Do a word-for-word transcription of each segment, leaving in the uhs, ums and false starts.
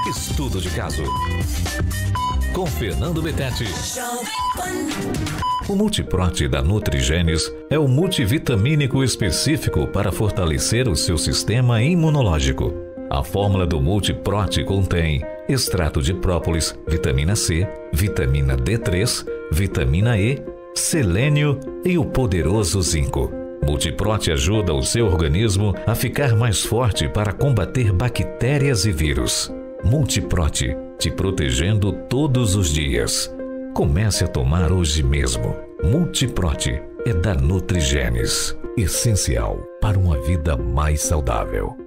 Estudo de caso. Com Fernando Betete. O Multiprot da Nutrigenes é o multivitamínico específico para fortalecer o seu sistema imunológico. A fórmula do Multiprot contém extrato de própolis, vitamina C, vitamina D três, vitamina E, selênio e o poderoso zinco. Multiprot ajuda o seu organismo a ficar mais forte para combater bactérias e vírus. Multiprot, te protegendo todos os dias. Comece a tomar hoje mesmo. Multiprot é da Nutrigenes, essencial para uma vida mais saudável.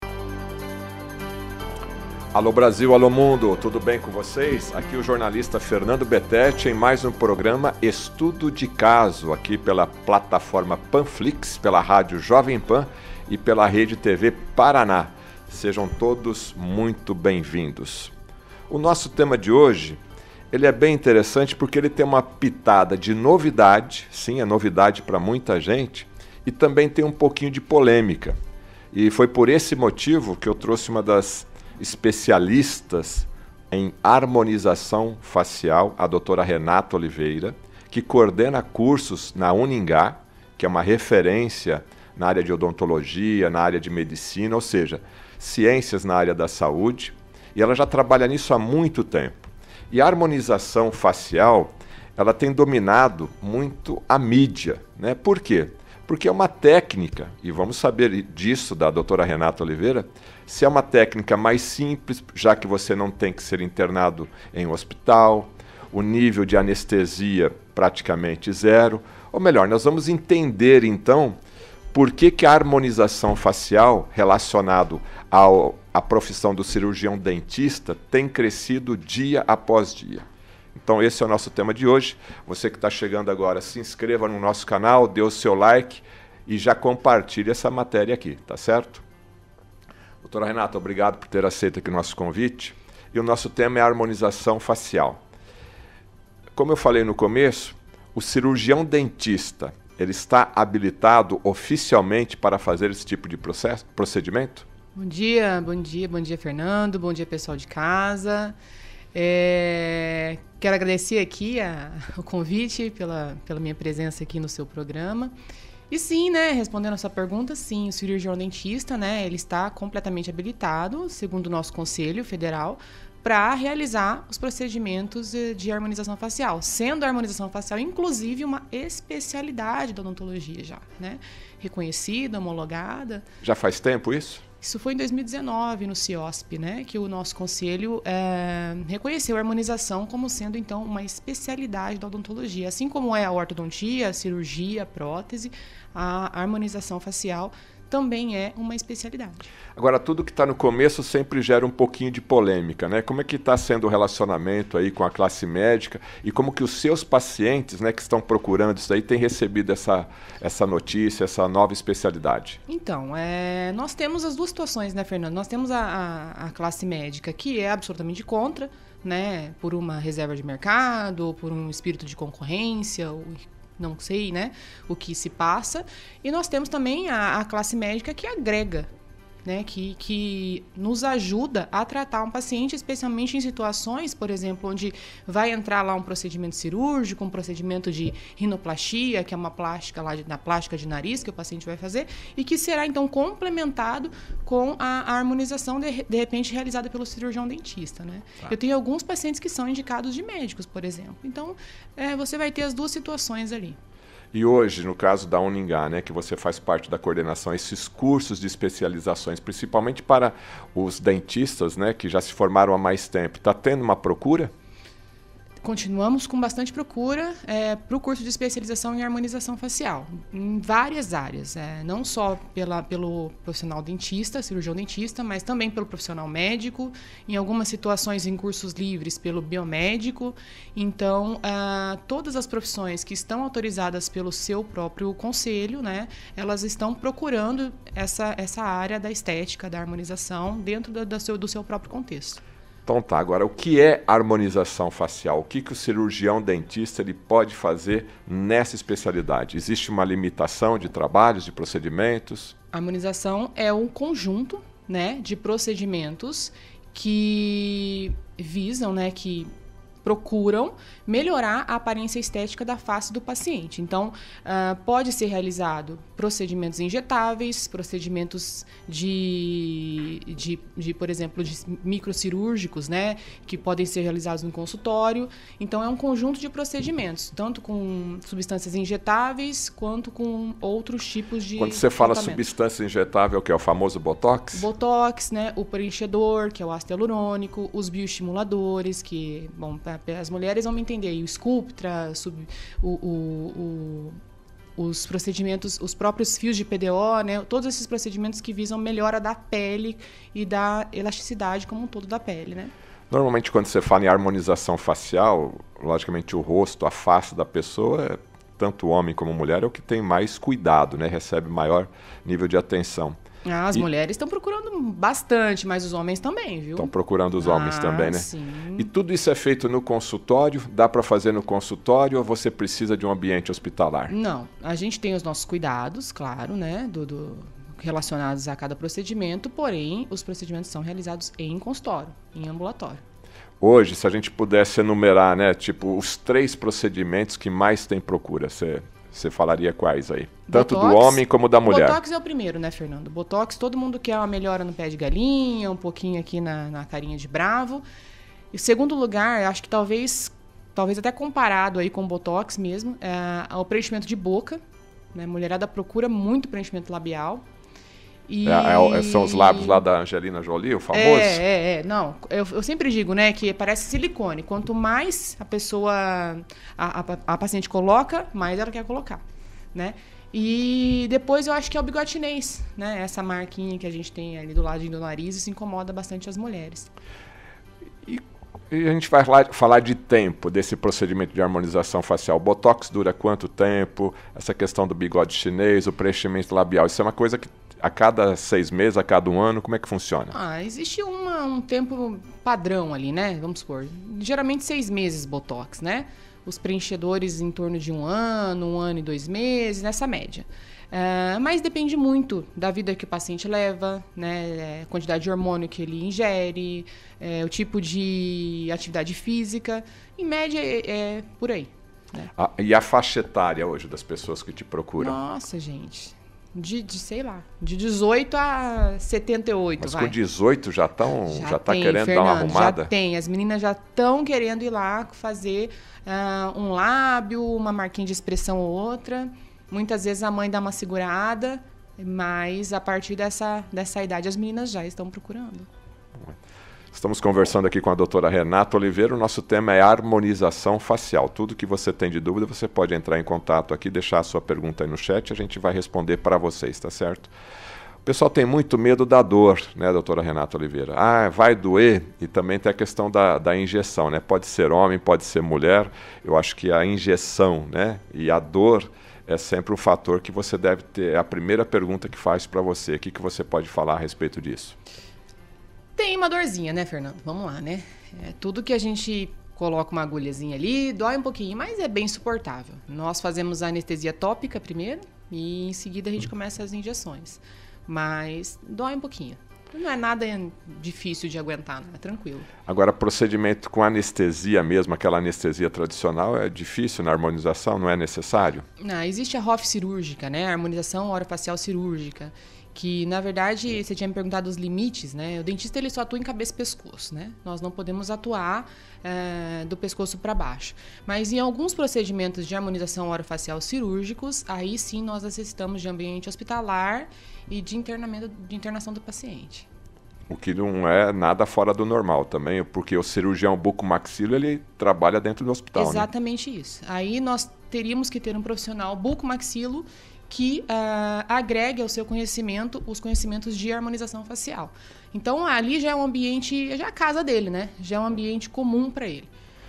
Alô Brasil, alô mundo, tudo bem com vocês? Aqui o jornalista Fernando Betete em mais um programa Estudo de Caso, aqui pela plataforma Panflix, pela rádio Jovem Pan e pela Rede T V Paraná. Sejam todos muito bem-vindos. O nosso tema de hoje, ele é bem interessante porque ele tem uma pitada de novidade, sim, é novidade para muita gente, e também tem um pouquinho de polêmica. E foi por esse motivo que eu trouxe uma das especialistas em harmonização facial, a doutora Renata Oliveira, que coordena cursos na Uningá, que é uma referência na área de odontologia, na área de medicina, ou seja, ciências na área da saúde, e ela já trabalha nisso há muito tempo. E a harmonização facial, ela tem dominado muito a mídia, né? Por quê? Porque é uma técnica, e vamos saber disso da doutora Renata Oliveira, se é uma técnica mais simples, já que você não tem que ser internado em um hospital, o nível de anestesia praticamente zero, ou melhor, nós vamos entender então por que que a harmonização facial relacionado ao, à profissão do cirurgião dentista tem crescido dia após dia. Então esse é o nosso tema de hoje. Você que está chegando agora, se inscreva no nosso canal, dê o seu like e já compartilhe essa matéria aqui, tá certo? Doutora Renata, obrigado por ter aceito aqui o nosso convite. E o nosso tema é a harmonização facial. Como eu falei no começo, o cirurgião dentista, ele está habilitado oficialmente para fazer esse tipo de processo, procedimento? Bom dia, bom dia, bom dia, Fernando, bom dia, pessoal de casa. É, quero agradecer aqui a, o convite pela, pela minha presença aqui no seu programa. E sim, né, respondendo a sua pergunta, sim, o cirurgião dentista, né, ele está completamente habilitado, segundo o nosso Conselho Federal, para realizar os procedimentos de, de harmonização facial, sendo a harmonização facial, inclusive, uma especialidade da odontologia já, né, reconhecida, homologada. Já faz tempo isso? Isso foi em dois mil e dezenove, no CIOSP, né, que o nosso conselho é, reconheceu a harmonização como sendo, então, uma especialidade da odontologia. Assim como é a ortodontia, a cirurgia, a prótese, a harmonização facial também é uma especialidade. Agora, tudo que está no começo sempre gera um pouquinho de polêmica, né? Como é que está sendo o relacionamento aí com a classe médica e como que os seus pacientes, né, que estão procurando isso aí, têm recebido essa, essa notícia, essa nova especialidade? Então, é, nós temos as duas situações, né, Fernando? Nós temos a, a, a classe médica que é absolutamente contra, né, por uma reserva de mercado, por um espírito de concorrência, ou não sei, né, o que se passa. E nós temos também a, a classe médica que agrega, né, que, que nos ajuda a tratar um paciente, especialmente em situações, por exemplo, onde vai entrar lá um procedimento cirúrgico, um procedimento de rinoplastia, que é uma plástica lá de, na plástica de nariz que o paciente vai fazer, e que será, então, complementado com a, a harmonização, de, de repente, realizada pelo cirurgião dentista, né? Tá. Eu tenho alguns pacientes que são indicados de médicos, por exemplo. Então, é, você vai ter as duas situações ali. E hoje, no caso da Uningá, né, que você faz parte da coordenação, esses cursos de especializações, principalmente para os dentistas, né, que já se formaram há mais tempo, está tendo uma procura? Continuamos com bastante procura é, para o curso de especialização em harmonização facial, em várias áreas, é, não só pela, pelo profissional dentista, cirurgião dentista, mas também pelo profissional médico, em algumas situações em cursos livres pelo biomédico. Então, ah, todas as profissões que estão autorizadas pelo seu próprio conselho, né, elas estão procurando essa, essa área da estética, da harmonização, dentro do, do, seu, do seu próprio contexto. Então tá, agora o que é harmonização facial? O que, que o cirurgião dentista ele pode fazer nessa especialidade? Existe uma limitação de trabalhos, de procedimentos? A harmonização é um conjunto, né, de procedimentos que visam, né, que procuram melhorar a aparência estética da face do paciente. Então, uh, pode ser realizado procedimentos injetáveis, procedimentos de, de, de, por exemplo, de microcirúrgicos, né, que podem ser realizados no consultório. Então, é um conjunto de procedimentos, tanto com substâncias injetáveis, quanto com outros tipos de Quando você fala tratamento. substância injetável, que é o famoso Botox? Botox, né, o preenchedor, que é o ácido hialurônico, os bioestimuladores, que, bom, as mulheres vão me entender aí, o Sculptra, sub, o, o, o, os procedimentos, os próprios fios de P D O, né? Todos esses procedimentos que visam melhora da pele e da elasticidade como um todo da pele, né? Normalmente, quando você fala em harmonização facial, logicamente o rosto, a face da pessoa, tanto homem como mulher, é o que tem mais cuidado, né? Recebe maior nível de atenção. Ah, as e... mulheres estão procurando bastante, mas os homens também, viu? Estão procurando os homens ah, também, né? Sim. E tudo isso é feito no consultório? Dá para fazer no consultório ou você precisa de um ambiente hospitalar? Não, a gente tem os nossos cuidados, claro, né? Do, do, relacionados a cada procedimento, porém, os procedimentos são realizados em consultório, em ambulatório. Hoje, se a gente pudesse enumerar, né? Tipo, os três procedimentos que mais tem procura, você... Você falaria quais aí? Tanto Botox, do homem como da mulher. Botox é o primeiro, né, Fernando? Botox, todo mundo quer uma melhora no pé de galinha, um pouquinho aqui na, na carinha de bravo. E segundo lugar, acho que talvez, talvez até comparado aí com o Botox mesmo, é o preenchimento de boca. Né? A mulherada procura muito preenchimento labial. E... É, é, são os lábios lá da Angelina Jolie, o famoso? É, é, é. Não, eu, eu sempre digo, né, que parece silicone. Quanto mais a pessoa, a, a, a paciente coloca, mais ela quer colocar, né? E depois eu acho que é o bigode chinês, né? Essa marquinha que a gente tem ali do ladinho do nariz, isso incomoda bastante as mulheres. E, e a gente vai falar, falar de tempo desse procedimento de harmonização facial. O Botox dura quanto tempo? Essa questão do bigode chinês, o preenchimento labial, isso é uma coisa que a cada seis meses, a cada um ano, como é que funciona? Ah, existe uma, um tempo padrão ali, né? Vamos supor, geralmente seis meses Botox, né? Os preenchedores em torno de um ano, um ano e dois meses, nessa média. Uh, mas depende muito da vida que o paciente leva, né? A quantidade de hormônio que ele ingere, é, o tipo de atividade física. Em média, é, é por aí. Né? Ah, e a faixa etária hoje das pessoas que te procuram? Nossa, gente... De, de, sei lá, de dezoito a setenta e oito, Mas vai. com dezoito já estão, já, já tá tem, querendo Fernando, dar uma arrumada? Já tem, as meninas já estão querendo ir lá fazer uh, um lábio, uma marquinha de expressão ou outra. Muitas vezes a mãe dá uma segurada, mas a partir dessa, dessa idade as meninas já estão procurando. Estamos conversando aqui com a doutora Renata Oliveira. O nosso tema é harmonização facial. Tudo que você tem de dúvida, você pode entrar em contato aqui, deixar a sua pergunta aí no chat, a gente vai responder para vocês, tá certo? O pessoal tem muito medo da dor, né, doutora Renata Oliveira? Ah, vai doer? E também tem a questão da, da injeção, né? Pode ser homem, pode ser mulher. Eu acho que a injeção, né, e a dor é sempre um fator que você deve ter. É a primeira pergunta que faz para você. O que, que você pode falar a respeito disso? Tem uma dorzinha, né, Fernando? Vamos lá, né? É, tudo que a gente coloca uma agulhazinha ali, dói um pouquinho, mas é bem suportável. Nós fazemos a anestesia tópica primeiro e em seguida a gente começa as injeções. Mas dói um pouquinho. Não é nada difícil de aguentar, né? É tranquilo. Agora, procedimento com anestesia mesmo, aquela anestesia tradicional, é difícil na harmonização? Não é necessário? Não, existe a R O F cirúrgica, né? A harmonização orofacial cirúrgica. Que, na verdade, você tinha me perguntado os limites, né? O dentista, ele só atua em cabeça e pescoço, né? Nós não podemos atuar é, do pescoço para baixo. Mas em alguns procedimentos de harmonização orofacial cirúrgicos, aí sim nós necessitamos de ambiente hospitalar e de internamento, de internação do paciente. O que não é nada fora do normal também, porque o cirurgião bucomaxilo, ele trabalha dentro do hospital, Exatamente, né? Isso. Aí nós teríamos que ter um profissional bucomaxilo que uh, agregue ao seu conhecimento os conhecimentos de harmonização facial. Então, ali já é um ambiente, já é a casa dele, né? Já é um ambiente comum para ele.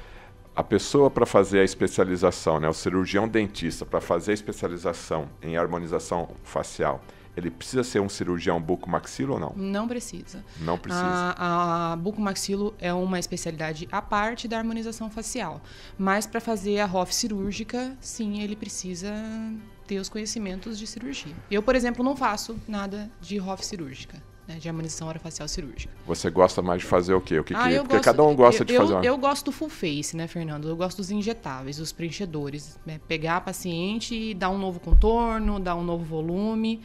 A pessoa para fazer a especialização, né? O cirurgião dentista para fazer a especialização em harmonização facial, ele precisa ser um cirurgião bucomaxilo ou não? Não precisa. Não precisa. A, a bucomaxilo é uma especialidade à parte da harmonização facial. Mas para fazer a R O F cirúrgica, sim, ele precisa ter os conhecimentos de cirurgia. Eu, por exemplo, não faço nada de R O F cirúrgica. né, de harmonização orofacial cirúrgica. Você gosta mais de fazer o quê? O que ah, que... eu Porque gosto, cada um gosta eu, de fazer eu, uma... eu gosto do full face, né, Fernando? Eu gosto dos injetáveis, dos preenchedores. Né? Pegar a paciente e dar um novo contorno, dar um novo volume.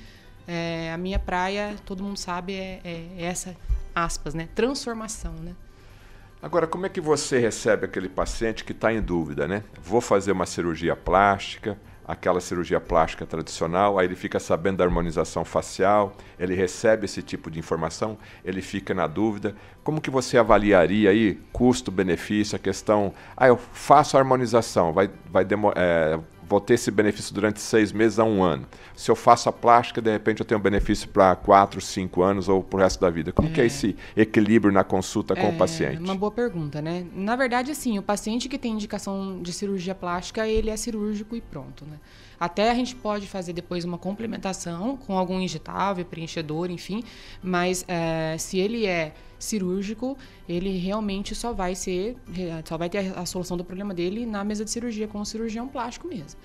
É, a minha praia, todo mundo sabe, é, é essa, aspas, né? Transformação, né? Agora, como é que você recebe aquele paciente que está em dúvida, né? Vou fazer uma cirurgia plástica, aquela cirurgia plástica tradicional, aí ele fica sabendo da harmonização facial, ele recebe esse tipo de informação, ele fica na dúvida. Como que você avaliaria aí custo-benefício, a questão... Ah, eu faço a harmonização, vai, vai demo, é, vou ter esse benefício durante seis meses a um ano. Se eu faço a plástica, de repente eu tenho um benefício para quatro, cinco anos ou para o resto da vida. Como é. que é esse equilíbrio na consulta com é, o paciente? Uma boa pergunta, né? Na verdade, assim, o paciente que tem indicação de cirurgia plástica, ele é cirúrgico e pronto, né? Até a gente pode fazer depois uma complementação com algum injetável, preenchedor, enfim, mas é, se ele é cirúrgico, ele realmente só vai ser, só vai ter a solução do problema dele na mesa de cirurgia com o cirurgião plástico mesmo.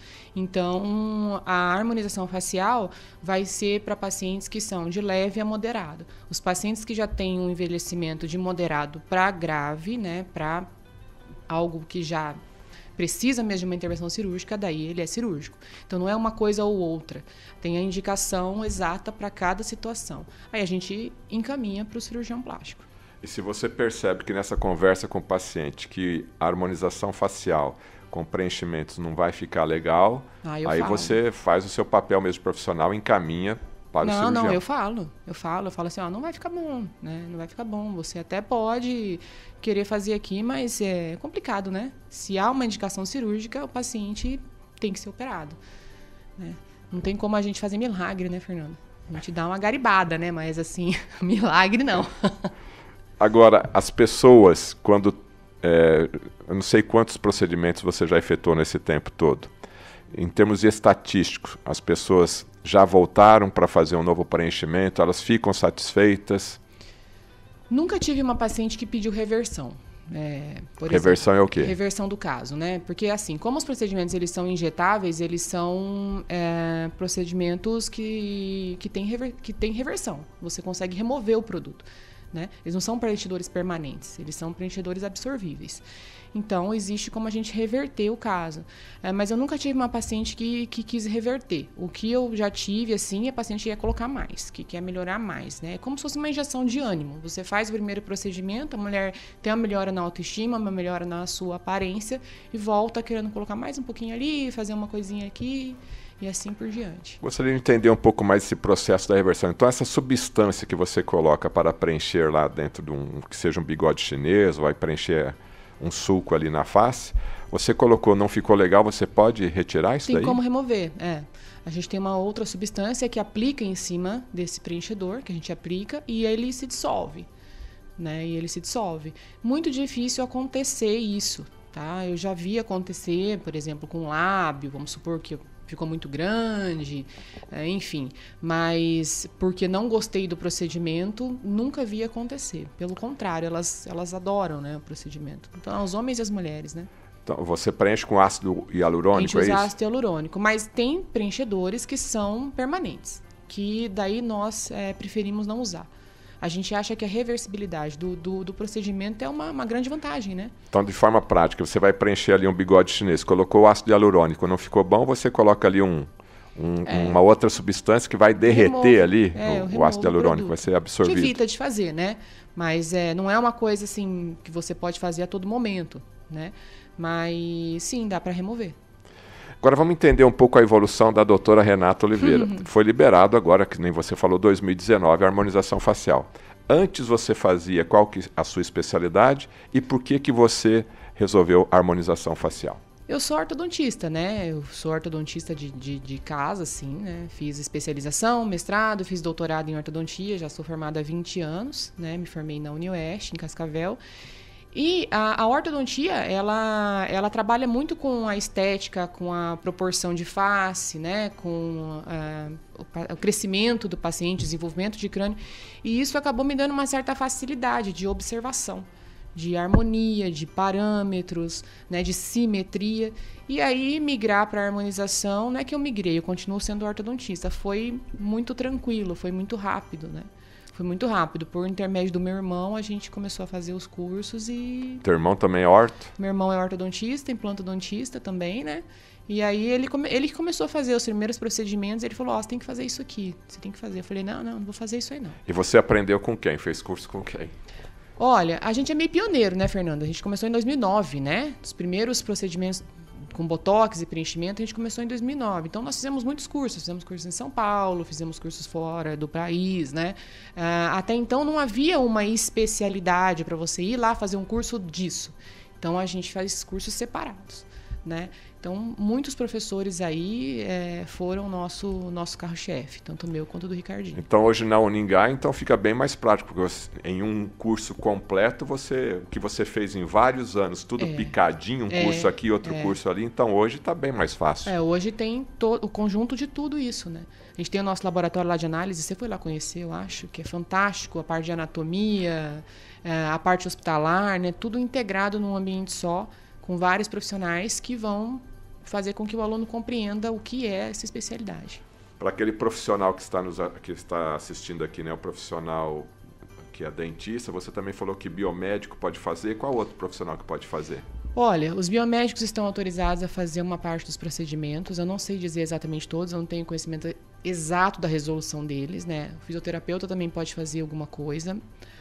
Então, a harmonização facial vai ser para pacientes que são de leve a moderado. Os pacientes que já têm um envelhecimento de moderado para grave, né, para algo que já precisa mesmo de uma intervenção cirúrgica, daí ele é cirúrgico. Então, não é uma coisa ou outra. Tem a indicação exata para cada situação. Aí a gente encaminha para o cirurgião plástico. E se você percebe que nessa conversa com o paciente que a harmonização facial com preenchimentos não vai ficar legal, ah, aí falo. Você faz o seu papel mesmo profissional, encaminha para não, o cirurgião. Não, eu falo. Eu falo, eu falo assim, ó, não vai ficar bom, né? Não vai ficar bom. Você até pode querer fazer aqui, mas é complicado, né? Se há uma indicação cirúrgica, o paciente tem que ser operado, né? Não tem como a gente fazer milagre, né, Fernando? A gente dá uma garibada, né? Mas assim, milagre não. Agora, as pessoas, quando... É, eu não sei quantos procedimentos você já efetuou nesse tempo todo. Em termos estatísticos, as pessoas já voltaram para fazer um novo preenchimento? Elas ficam satisfeitas? Nunca tive uma paciente que pediu reversão. É, por reversão exemplo, é o quê? Reversão do caso, né? Porque assim, como os procedimentos eles são injetáveis, eles são é, procedimentos que, que, tem rever, que tem reversão. Você consegue remover o produto, né? Eles não são preenchedores permanentes, eles são preenchedores absorvíveis. Então, existe como a gente reverter o caso. É, mas eu nunca tive uma paciente que, que quis reverter. O que eu já tive, assim, a paciente ia colocar mais, que quer melhorar mais, né? É como se fosse uma injeção de ânimo. Você faz o primeiro procedimento, a mulher tem uma melhora na autoestima, uma melhora na sua aparência e volta querendo colocar mais um pouquinho ali, fazer uma coisinha aqui e assim por diante. Gostaria de entender um pouco mais esse processo da reversão. Então, essa substância que você coloca para preencher lá dentro de um, que seja um bigode chinês, ou vai preencher um sulco ali na face, você colocou, não ficou legal, você pode retirar isso tem daí? Tem como remover, é. A gente tem uma outra substância que aplica em cima desse preenchedor, que a gente aplica, e ele se dissolve, né? E ele se dissolve. Muito difícil acontecer isso, tá? Eu já vi acontecer, por exemplo, com lábio, vamos supor que ficou muito grande, é, enfim. Mas porque não gostei do procedimento, nunca vi acontecer. Pelo contrário, elas, elas adoram, né, o procedimento. Então, os homens e as mulheres, né? Então, você preenche com ácido hialurônico, a gente é usa isso? ácido hialurônico, mas tem preenchedores que são permanentes, que daí nós é, preferimos não usar. A gente acha que a reversibilidade do, do, do procedimento é uma, uma grande vantagem, né? Então, de forma prática, você vai preencher ali um bigode chinês, colocou o ácido hialurônico, não ficou bom, você coloca ali um, um, é. uma outra substância que vai derreter removo, ali é, o, o ácido hialurônico, vai ser absorvido. Que evita de fazer, né? Mas é, não é uma coisa assim que você pode fazer a todo momento, né? Mas sim, dá para remover. Agora vamos entender um pouco a evolução da doutora Renata Oliveira. Uhum. Foi liberado agora, que nem você falou, dois mil e dezenove, a harmonização facial. Antes você fazia qual que a sua especialidade e por que que você resolveu a harmonização facial? Eu sou ortodontista, né? Eu sou ortodontista de, de, de casa, assim, né? Fiz especialização, mestrado, fiz doutorado em ortodontia, já sou formada há vinte anos, né? Me formei na UniOeste, em Cascavel. E a, a ortodontia, ela, ela trabalha muito com a estética, com a proporção de face, né? Com uh, o, o crescimento do paciente, desenvolvimento de crânio. E isso acabou me dando uma certa facilidade de observação, de harmonia, de parâmetros, né? De simetria. E aí, migrar para a harmonização, não é que eu migrei, eu continuo sendo ortodontista. Foi muito tranquilo, foi muito rápido, né? Foi muito rápido. Por intermédio do meu irmão, a gente começou a fazer os cursos e... Teu irmão também é orto? Meu irmão é ortodontista, implantodontista também, né? E aí ele, come... ele começou a fazer os primeiros procedimentos, ele falou, ó, oh, você tem que fazer isso aqui, você tem que fazer. Eu falei, não, não, não vou fazer isso aí não. E você aprendeu com quem? Fez curso com quem? Olha, a gente é meio pioneiro, né, Fernando? A gente começou em dois mil e nove, né? Os primeiros procedimentos com botox e preenchimento, a gente começou em dois mil e nove. Então, nós fizemos muitos cursos. Fizemos cursos em São Paulo, fizemos cursos fora do país, né? Uh, até então, não havia uma especialidade para você ir lá fazer um curso disso. Então, a gente faz cursos separados, né? Então, muitos professores aí é, foram nosso nosso carro-chefe, tanto o meu quanto do Ricardinho. Então, hoje na Uningá, então fica bem mais prático, porque você, em um curso completo, você, o que você fez em vários anos, tudo é, picadinho, um é, curso aqui, outro é. curso ali, então hoje está bem mais fácil. É, hoje tem to- o conjunto de tudo isso, né? A gente tem o nosso laboratório lá de análise, você foi lá conhecer, eu acho, que é fantástico, a parte de anatomia, a parte hospitalar, né? Tudo integrado num ambiente só, com vários profissionais que vão fazer com que o aluno compreenda o que é essa especialidade. Para aquele profissional que está, nos, que está assistindo aqui, né, o profissional que é dentista, você também falou que biomédico pode fazer. Qual outro profissional que pode fazer? Olha, os biomédicos estão autorizados a fazer uma parte dos procedimentos. Eu não sei dizer exatamente todos, eu não tenho conhecimento exato da resolução deles, né? O fisioterapeuta também pode fazer alguma coisa.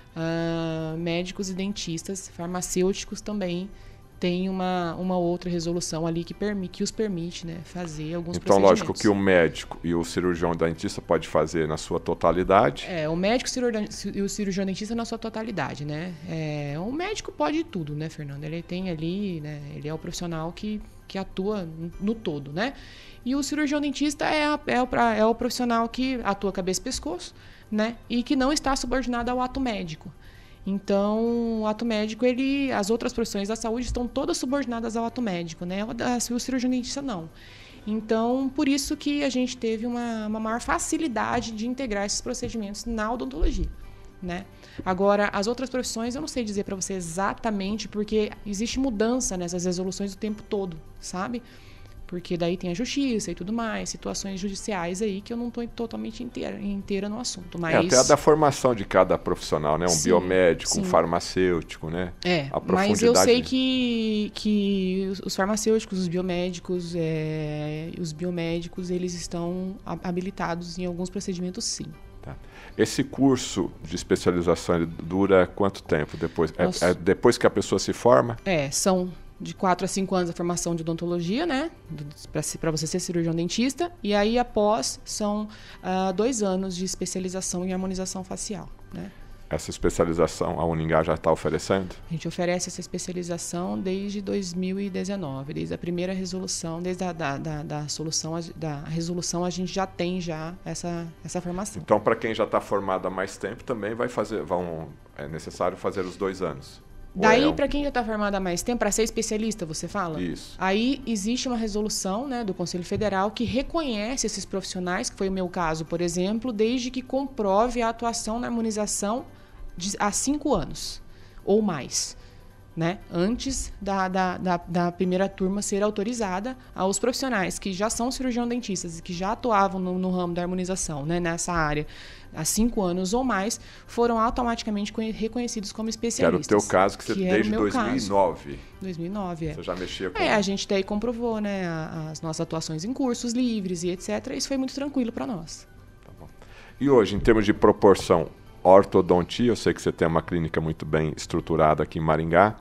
Uh, médicos e dentistas, farmacêuticos também tem uma, uma outra resolução ali que, permi, que os permite, né, fazer alguns então, procedimentos. Então, lógico que o médico e o cirurgião dentista pode fazer na sua totalidade. É, o médico e o cirurgião dentista na sua totalidade, né? É, o médico pode tudo, né, Fernando? Ele tem ali, né, ele é o profissional que, que atua no todo, né? E o cirurgião dentista é, a, é, o, é o profissional que atua cabeça e pescoço, né? E que não está subordinado ao ato médico. Então, o ato médico, ele, as outras profissões da saúde estão todas subordinadas ao ato médico, né? O cirurgião dentista não. Então, por isso que a gente teve uma, uma maior facilidade de integrar esses procedimentos na odontologia, né? Agora, as outras profissões, eu não sei dizer para você exatamente, porque existe mudança nessas resoluções o tempo todo, sabe? Porque daí tem a justiça e tudo mais, situações judiciais aí que eu não estou totalmente inteira, inteira no assunto. Mas... É, até a da formação de cada profissional, né? Um sim, biomédico, sim. um farmacêutico, né? É, a mas eu sei que, que os farmacêuticos, os biomédicos, é, os biomédicos, eles estão habilitados em alguns procedimentos, sim. Tá. Esse curso de especialização dura quanto tempo depois? É, é depois que a pessoa se forma? É, são... de quatro a cinco anos a formação de odontologia, né? Para você ser cirurgião dentista. E aí, após, são uh, dois anos de especialização em harmonização facial, né? Essa especialização a Uningá já está oferecendo? A gente oferece essa especialização desde dois mil e dezenove, desde a primeira resolução, desde a da, da, da, solução, da resolução, a gente já tem já essa, essa formação. Então, para quem já está formado há mais tempo, também vai fazer, vão, é necessário fazer os dois anos? Daí, é um... para quem já está formado há mais tempo, para ser especialista, você fala? Isso. Aí existe uma resolução, né, do Conselho Federal que reconhece esses profissionais, que foi o meu caso, por exemplo, desde que comprove a atuação na harmonização de, há cinco anos ou mais, né? Antes da, da, da, da primeira turma ser autorizada, aos profissionais que já são cirurgião-dentistas e que já atuavam no, no ramo da harmonização, né, nessa área, há cinco anos ou mais, foram automaticamente reconhecidos como especialistas. Que era o teu caso, que você que desde dois mil e nove. Caso. dois mil e nove, é. Você já mexia com... É, a gente daí comprovou, né, as nossas atuações em cursos livres e etcétera. Isso foi muito tranquilo para nós. Tá bom. E hoje, em termos de proporção, ortodontia, eu sei que você tem uma clínica muito bem estruturada aqui em Maringá,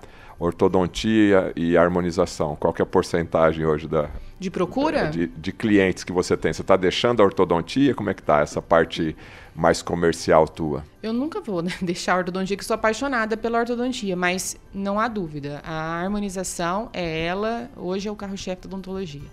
ortodontia e harmonização, qual que é a porcentagem hoje da... De procura? De, de clientes que você tem. Você está deixando a ortodontia? Como é que está essa parte mais comercial tua? Eu nunca vou, né, deixar a ortodontia, que sou apaixonada pela ortodontia, mas não há dúvida, a harmonização é ela, hoje é o carro-chefe da odontologia.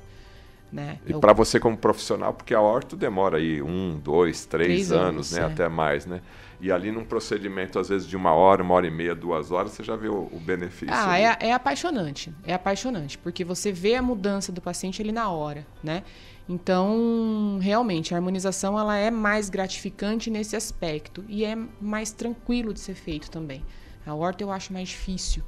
Né? E Eu... para você como profissional, porque a orto demora aí um, dois, três, três anos, anos né? É. Até mais, né? E ali num procedimento, às vezes, de uma hora, uma hora e meia, duas horas, você já vê o, o benefício. Ah, é, é apaixonante. É apaixonante, porque você vê a mudança do paciente ali na hora, né? Então, realmente, a harmonização ela é mais gratificante nesse aspecto e é mais tranquilo de ser feito também. A orto eu acho mais difícil,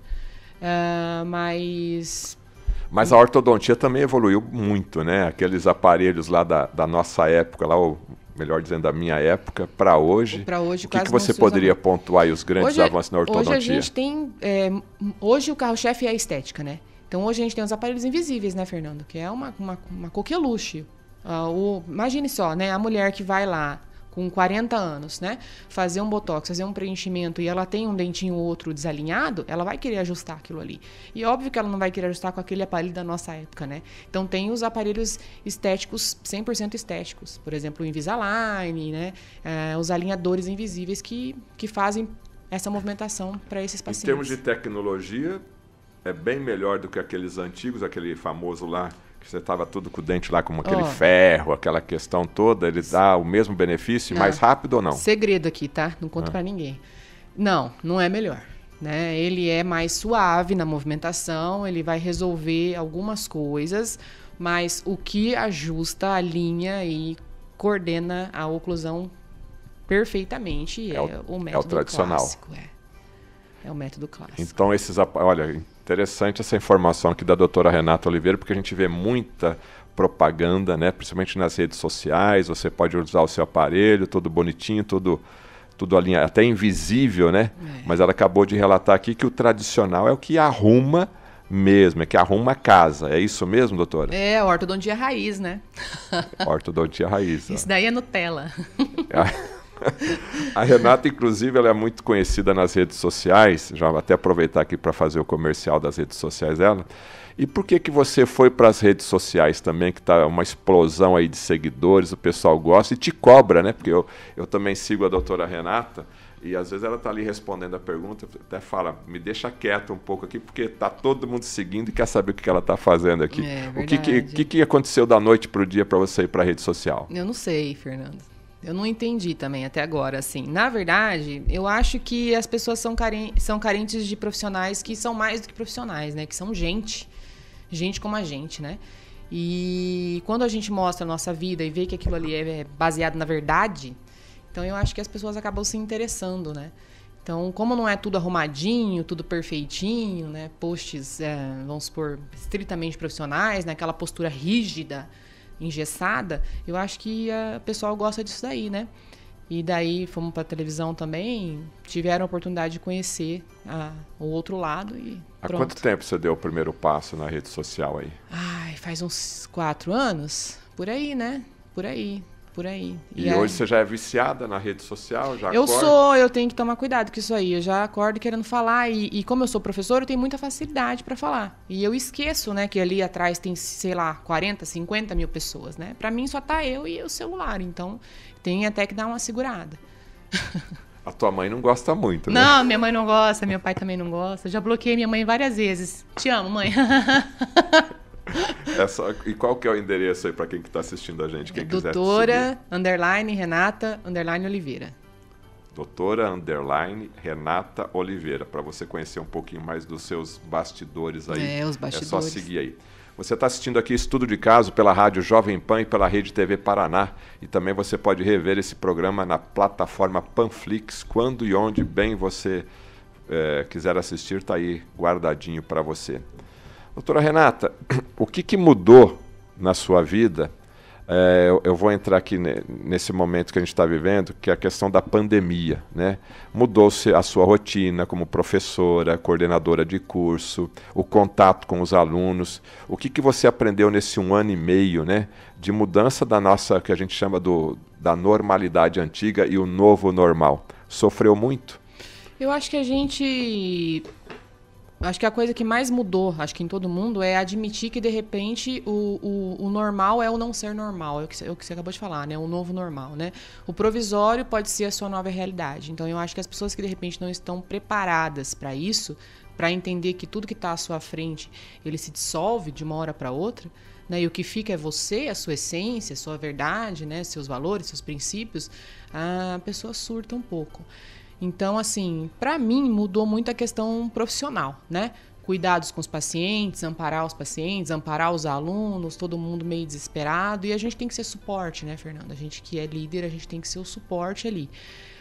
uh, mas... Mas a ortodontia também evoluiu muito, né? Aqueles aparelhos lá da, da nossa época, lá o melhor dizendo, da minha época para hoje. Para hoje, o que, que você poderia pontuar aí os grandes hoje, avanços na ortodontia? Hoje a gente tem, é, hoje o carro-chefe é a estética, né? Então hoje a gente tem os aparelhos invisíveis, né, Fernando? Que é uma, uma, uma coqueluche. Uh, o, imagine só, né? A mulher que vai lá com quarenta anos, né? Fazer um botox, fazer um preenchimento e ela tem um dentinho ou outro desalinhado, ela vai querer ajustar aquilo ali. E óbvio que ela não vai querer ajustar com aquele aparelho da nossa época, né? Então tem os aparelhos estéticos, cem por cento estéticos. Por exemplo, o Invisalign, né? É, os alinhadores invisíveis que, que fazem essa movimentação para esses pacientes. Em termos de tecnologia, é bem melhor do que aqueles antigos, aquele famoso lá, que você estava tudo com o dente lá, como aquele oh. ferro, aquela questão toda, ele dá o mesmo benefício, ah, mais rápido ou não? Segredo aqui, tá? Não conto ah. para ninguém. Não, não é melhor. Né? Ele é mais suave na movimentação, ele vai resolver algumas coisas, mas o que ajusta a linha e coordena a oclusão perfeitamente é, é o, o método é o tradicional. Clássico. É. é o método clássico. Então, esses... Olha... Interessante essa informação aqui da doutora Renata Oliveira, porque a gente vê muita propaganda, né? Principalmente nas redes sociais, você pode usar o seu aparelho, todo bonitinho, tudo, tudo alinhado, até invisível, né? É. Mas ela acabou de relatar aqui que o tradicional é o que arruma mesmo, é que arruma a casa. É isso mesmo, doutora? É, a ortodontia raiz, né? Ortodontia raiz. Isso daí é Nutella. A Renata, inclusive, ela é muito conhecida nas redes sociais. Já vou até aproveitar aqui para fazer o comercial das redes sociais dela. E por que que você foi para as redes sociais também, que está uma explosão aí de seguidores, o pessoal gosta e te cobra, né? Porque eu, eu também sigo a doutora Renata e às vezes ela está ali respondendo a pergunta, até fala, me deixa quieto um pouco aqui, porque está todo mundo seguindo e quer saber o que, que ela está fazendo aqui. É, o que, que, que, que aconteceu da noite para o dia para você ir para a rede social? Eu não sei, Fernando. Eu não entendi também até agora, assim. Na verdade, eu acho que as pessoas são, caren- são carentes de profissionais que são mais do que profissionais, né? Que são gente. Gente como a gente, né? E quando a gente mostra a nossa vida e vê que aquilo ali é baseado na verdade, então eu acho que as pessoas acabam se interessando, né? Então, como não é tudo arrumadinho, tudo perfeitinho, né? Posts, é, vamos supor, estritamente profissionais, né? Aquela postura rígida, engessada, eu acho que o pessoal gosta disso daí, né? E daí fomos para a televisão também, tiveram a oportunidade de conhecer a, o outro lado e Há pronto. Quanto tempo você deu o primeiro passo na rede social aí? Ai, faz uns quatro anos, por aí, né? Por aí, por aí. E, e hoje é... você já é viciada na rede social? Já eu acorda? sou, eu tenho que tomar cuidado com isso aí. Eu já acordo querendo falar e, e como eu sou professora, eu tenho muita facilidade para falar. E eu esqueço, né, que ali atrás tem, sei lá, quarenta, cinquenta mil pessoas, né? Para mim só tá eu e o celular, então tem até que dar uma segurada. A tua mãe não gosta muito, né? Não, minha mãe não gosta, meu pai também não gosta. Eu já bloqueei minha mãe várias vezes. Te amo, mãe. É só, e qual que é o endereço aí para quem que está assistindo a gente? Quem quiser Doutora, underline, Renata, underline, Oliveira. Doutora, underline, Renata Oliveira, para você conhecer um pouquinho mais dos seus bastidores aí. É, os bastidores. É só seguir aí. Você está assistindo aqui Estudo de Caso pela Rádio Jovem Pan e pela Rede T V Paraná. E também você pode rever esse programa na plataforma Panflix, quando e onde bem você é, quiser assistir, está aí guardadinho para você. Doutora Renata, o que, que mudou na sua vida? É, eu, eu vou entrar aqui ne, nesse momento que a gente está vivendo, que é a questão da pandemia, né? Mudou-se a sua rotina como professora, coordenadora de curso, o contato com os alunos. O que, que você aprendeu nesse um ano e meio, né, de mudança da nossa, que a gente chama do, da normalidade antiga e o novo normal? Sofreu muito? Eu acho que a gente... Acho que a coisa que mais mudou, acho que em todo mundo, é admitir que, de repente, o, o, o normal é o não ser normal. É o, que, é o que você acabou de falar, né? O novo normal, né? O provisório pode ser a sua nova realidade. Então, eu acho que as pessoas que, de repente, não estão preparadas para isso, para entender que tudo que está à sua frente, ele se dissolve de uma hora para outra, né? E o que fica é você, a sua essência, a sua verdade, né? Seus valores, seus princípios, a pessoa surta um pouco. Então, assim, para mim mudou muito a questão profissional, né? Cuidados com os pacientes, amparar os pacientes, amparar os alunos, todo mundo meio desesperado. E a gente tem que ser suporte, né, Fernanda? A gente que é líder, a gente tem que ser o suporte ali.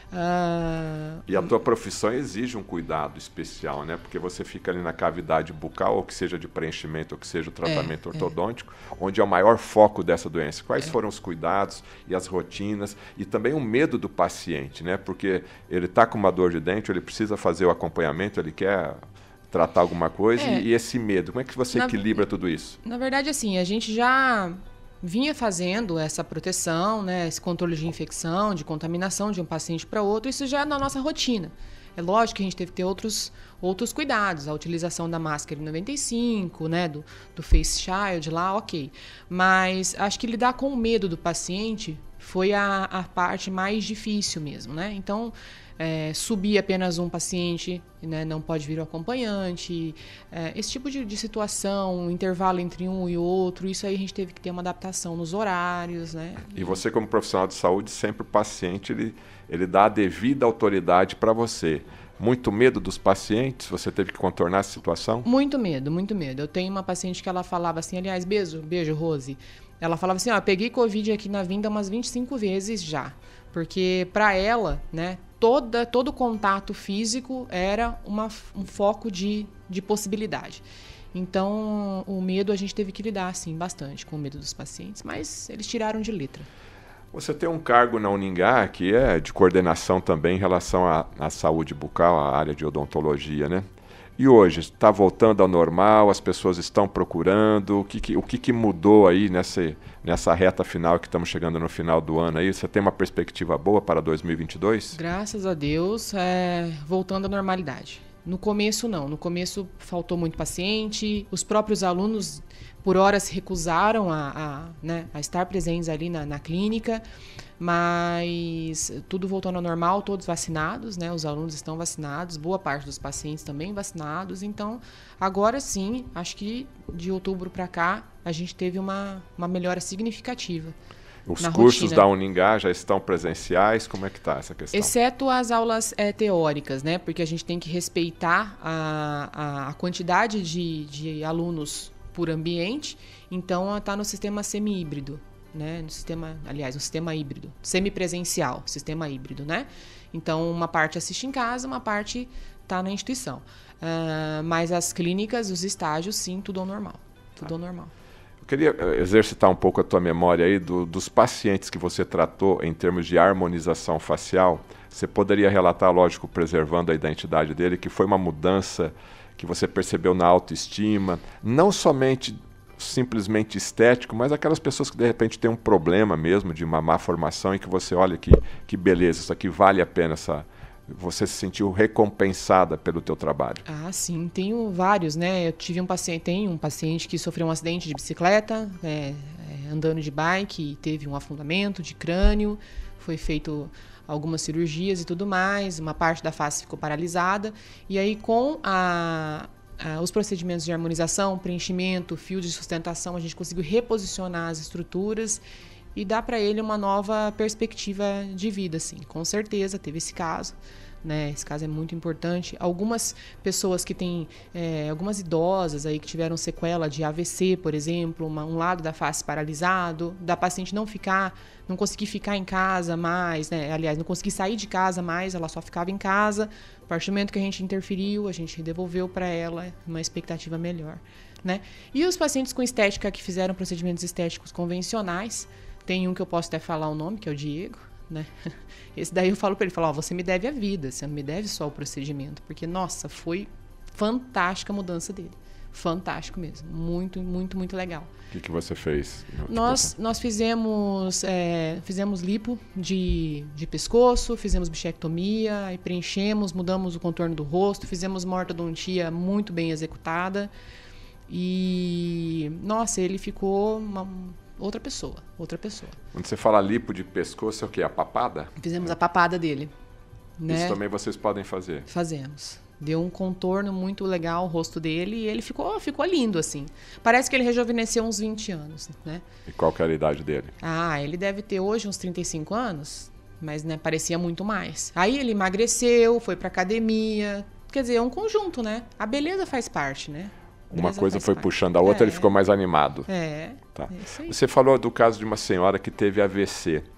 Uh, e a tua profissão exige um cuidado especial, né? Porque você fica ali na cavidade bucal, ou que seja de preenchimento, ou que seja o tratamento é, ortodôntico, é. onde é o maior foco dessa doença. Quais é. foram os cuidados e as rotinas e também o medo do paciente, né? Porque ele está com uma dor de dente, ele precisa fazer o acompanhamento, ele quer tratar alguma coisa é. e, e esse medo. Como é que você na, equilibra tudo isso? Na verdade, assim, a gente já vinha fazendo essa proteção, né, esse controle de infecção, de contaminação de um paciente para outro, isso já é na nossa rotina. É lógico que a gente teve que ter outros, outros cuidados, a utilização da máscara N noventa e cinco, né, do, do Face Shield lá, ok. Mas acho que lidar com o medo do paciente foi a, a parte mais difícil mesmo, né? Então, é, subir apenas um paciente, né, não pode vir o acompanhante, é, esse tipo de, de situação, um intervalo entre um e outro, isso aí a gente teve que ter uma adaptação nos horários, né? E você, como profissional de saúde, sempre o paciente, ele, ele dá a devida autoridade para você. Muito medo dos pacientes? Você teve que contornar essa situação? Muito medo, muito medo. Eu tenho uma paciente que ela falava assim, aliás, beijo, beijo, Rose. Ela falava assim, ó, peguei Covid aqui na vinda umas vinte e cinco vezes já. Porque para ela, né, toda, todo contato físico era uma, um foco de, de possibilidade. Então, o medo a gente teve que lidar, sim, bastante com o medo dos pacientes, mas eles tiraram de letra. Você tem um cargo na Uningá que é de coordenação também em relação à, à saúde bucal, à área de odontologia, né? E hoje, está voltando ao normal, as pessoas estão procurando, o que, que, o que, que mudou aí nessa, nessa reta final que estamos chegando no final do ano aí? Você tem uma perspectiva boa para dois mil e vinte e dois? Graças a Deus, é, voltando à normalidade. No começo não, no começo faltou muito paciente, os próprios alunos por hora se recusaram a, a, né, a estar presentes ali na, na clínica, mas tudo voltando ao normal, todos vacinados, né? Os alunos estão vacinados, boa parte dos pacientes também vacinados, então agora sim, acho que de outubro para cá a gente teve uma, uma melhora significativa. Os cursos rotina. Da Uningá já estão presenciais? Como é que está essa questão? Exceto as aulas é, teóricas, né? Porque a gente tem que respeitar a, a, a quantidade de, de alunos por ambiente, então está no sistema semi-híbrido, né? No sistema, aliás, no sistema híbrido, semipresencial, sistema híbrido, né? Então, uma parte assiste em casa, uma parte está na instituição. Uh, mas as clínicas, os estágios, sim, tudo ao normal. Tudo ao normal. Queria exercitar um pouco a tua memória aí do, dos pacientes que você tratou em termos de harmonização facial. Você poderia relatar, lógico, preservando a identidade dele, que foi uma mudança que você percebeu na autoestima, não somente simplesmente estético, mas aquelas pessoas que de repente têm um problema mesmo de uma má formação e que você olha que, que beleza, isso aqui vale a pena, essa, você se sentiu recompensada pelo teu trabalho. Ah, sim, tenho vários, né? Eu tive um paciente, tenho um paciente que sofreu um acidente de bicicleta, é, é, andando de bike, e teve um afundamento de crânio, foi feito algumas cirurgias e tudo mais, uma parte da face ficou paralisada, e aí com a, a, os procedimentos de harmonização, preenchimento, fio de sustentação, a gente conseguiu reposicionar as estruturas e dar para ele uma nova perspectiva de vida, assim. Com certeza teve esse caso, né? Esse caso é muito importante. Algumas pessoas que têm, é, algumas idosas aí que tiveram sequela de A V C, por exemplo, uma, um lado da face paralisado, da paciente não ficar, não conseguir ficar em casa mais, né? Aliás, não conseguir sair de casa mais, ela só ficava em casa. A partir do momento que a gente interferiu, a gente devolveu para ela uma expectativa melhor, né? E os pacientes com estética que fizeram procedimentos estéticos convencionais, tem um que eu posso até falar o nome, que é o Diego, né? Esse daí eu falo para ele, falo, ó, você me deve a vida, você não me deve só o procedimento, porque, nossa, foi fantástica a mudança dele. Fantástico mesmo. Muito, muito, muito legal. O que, que você fez? Nós, nós fizemos, é, fizemos lipo de, de pescoço, fizemos bichectomia, e preenchemos, mudamos o contorno do rosto, fizemos uma ortodontia muito bem executada. E, nossa, ele ficou uma, outra pessoa, outra pessoa. Quando você fala lipo de pescoço, é o quê? A papada? Fizemos a papada dele. Né? Isso também vocês podem fazer? Fazemos. Deu um contorno muito legal o rosto dele e ele ficou, ficou lindo, assim. Parece que ele rejuvenesceu uns vinte anos, né? E qual que era a idade dele? Ah, ele deve ter hoje uns trinta e cinco anos, mas né, parecia muito mais. Aí ele emagreceu, foi pra academia. Quer dizer, é um conjunto, né? A beleza faz parte, né? Uma coisa foi parte. puxando a outra, é. Ele ficou mais animado. É, tá. É isso aí. Você falou do caso de uma senhora que teve A V C.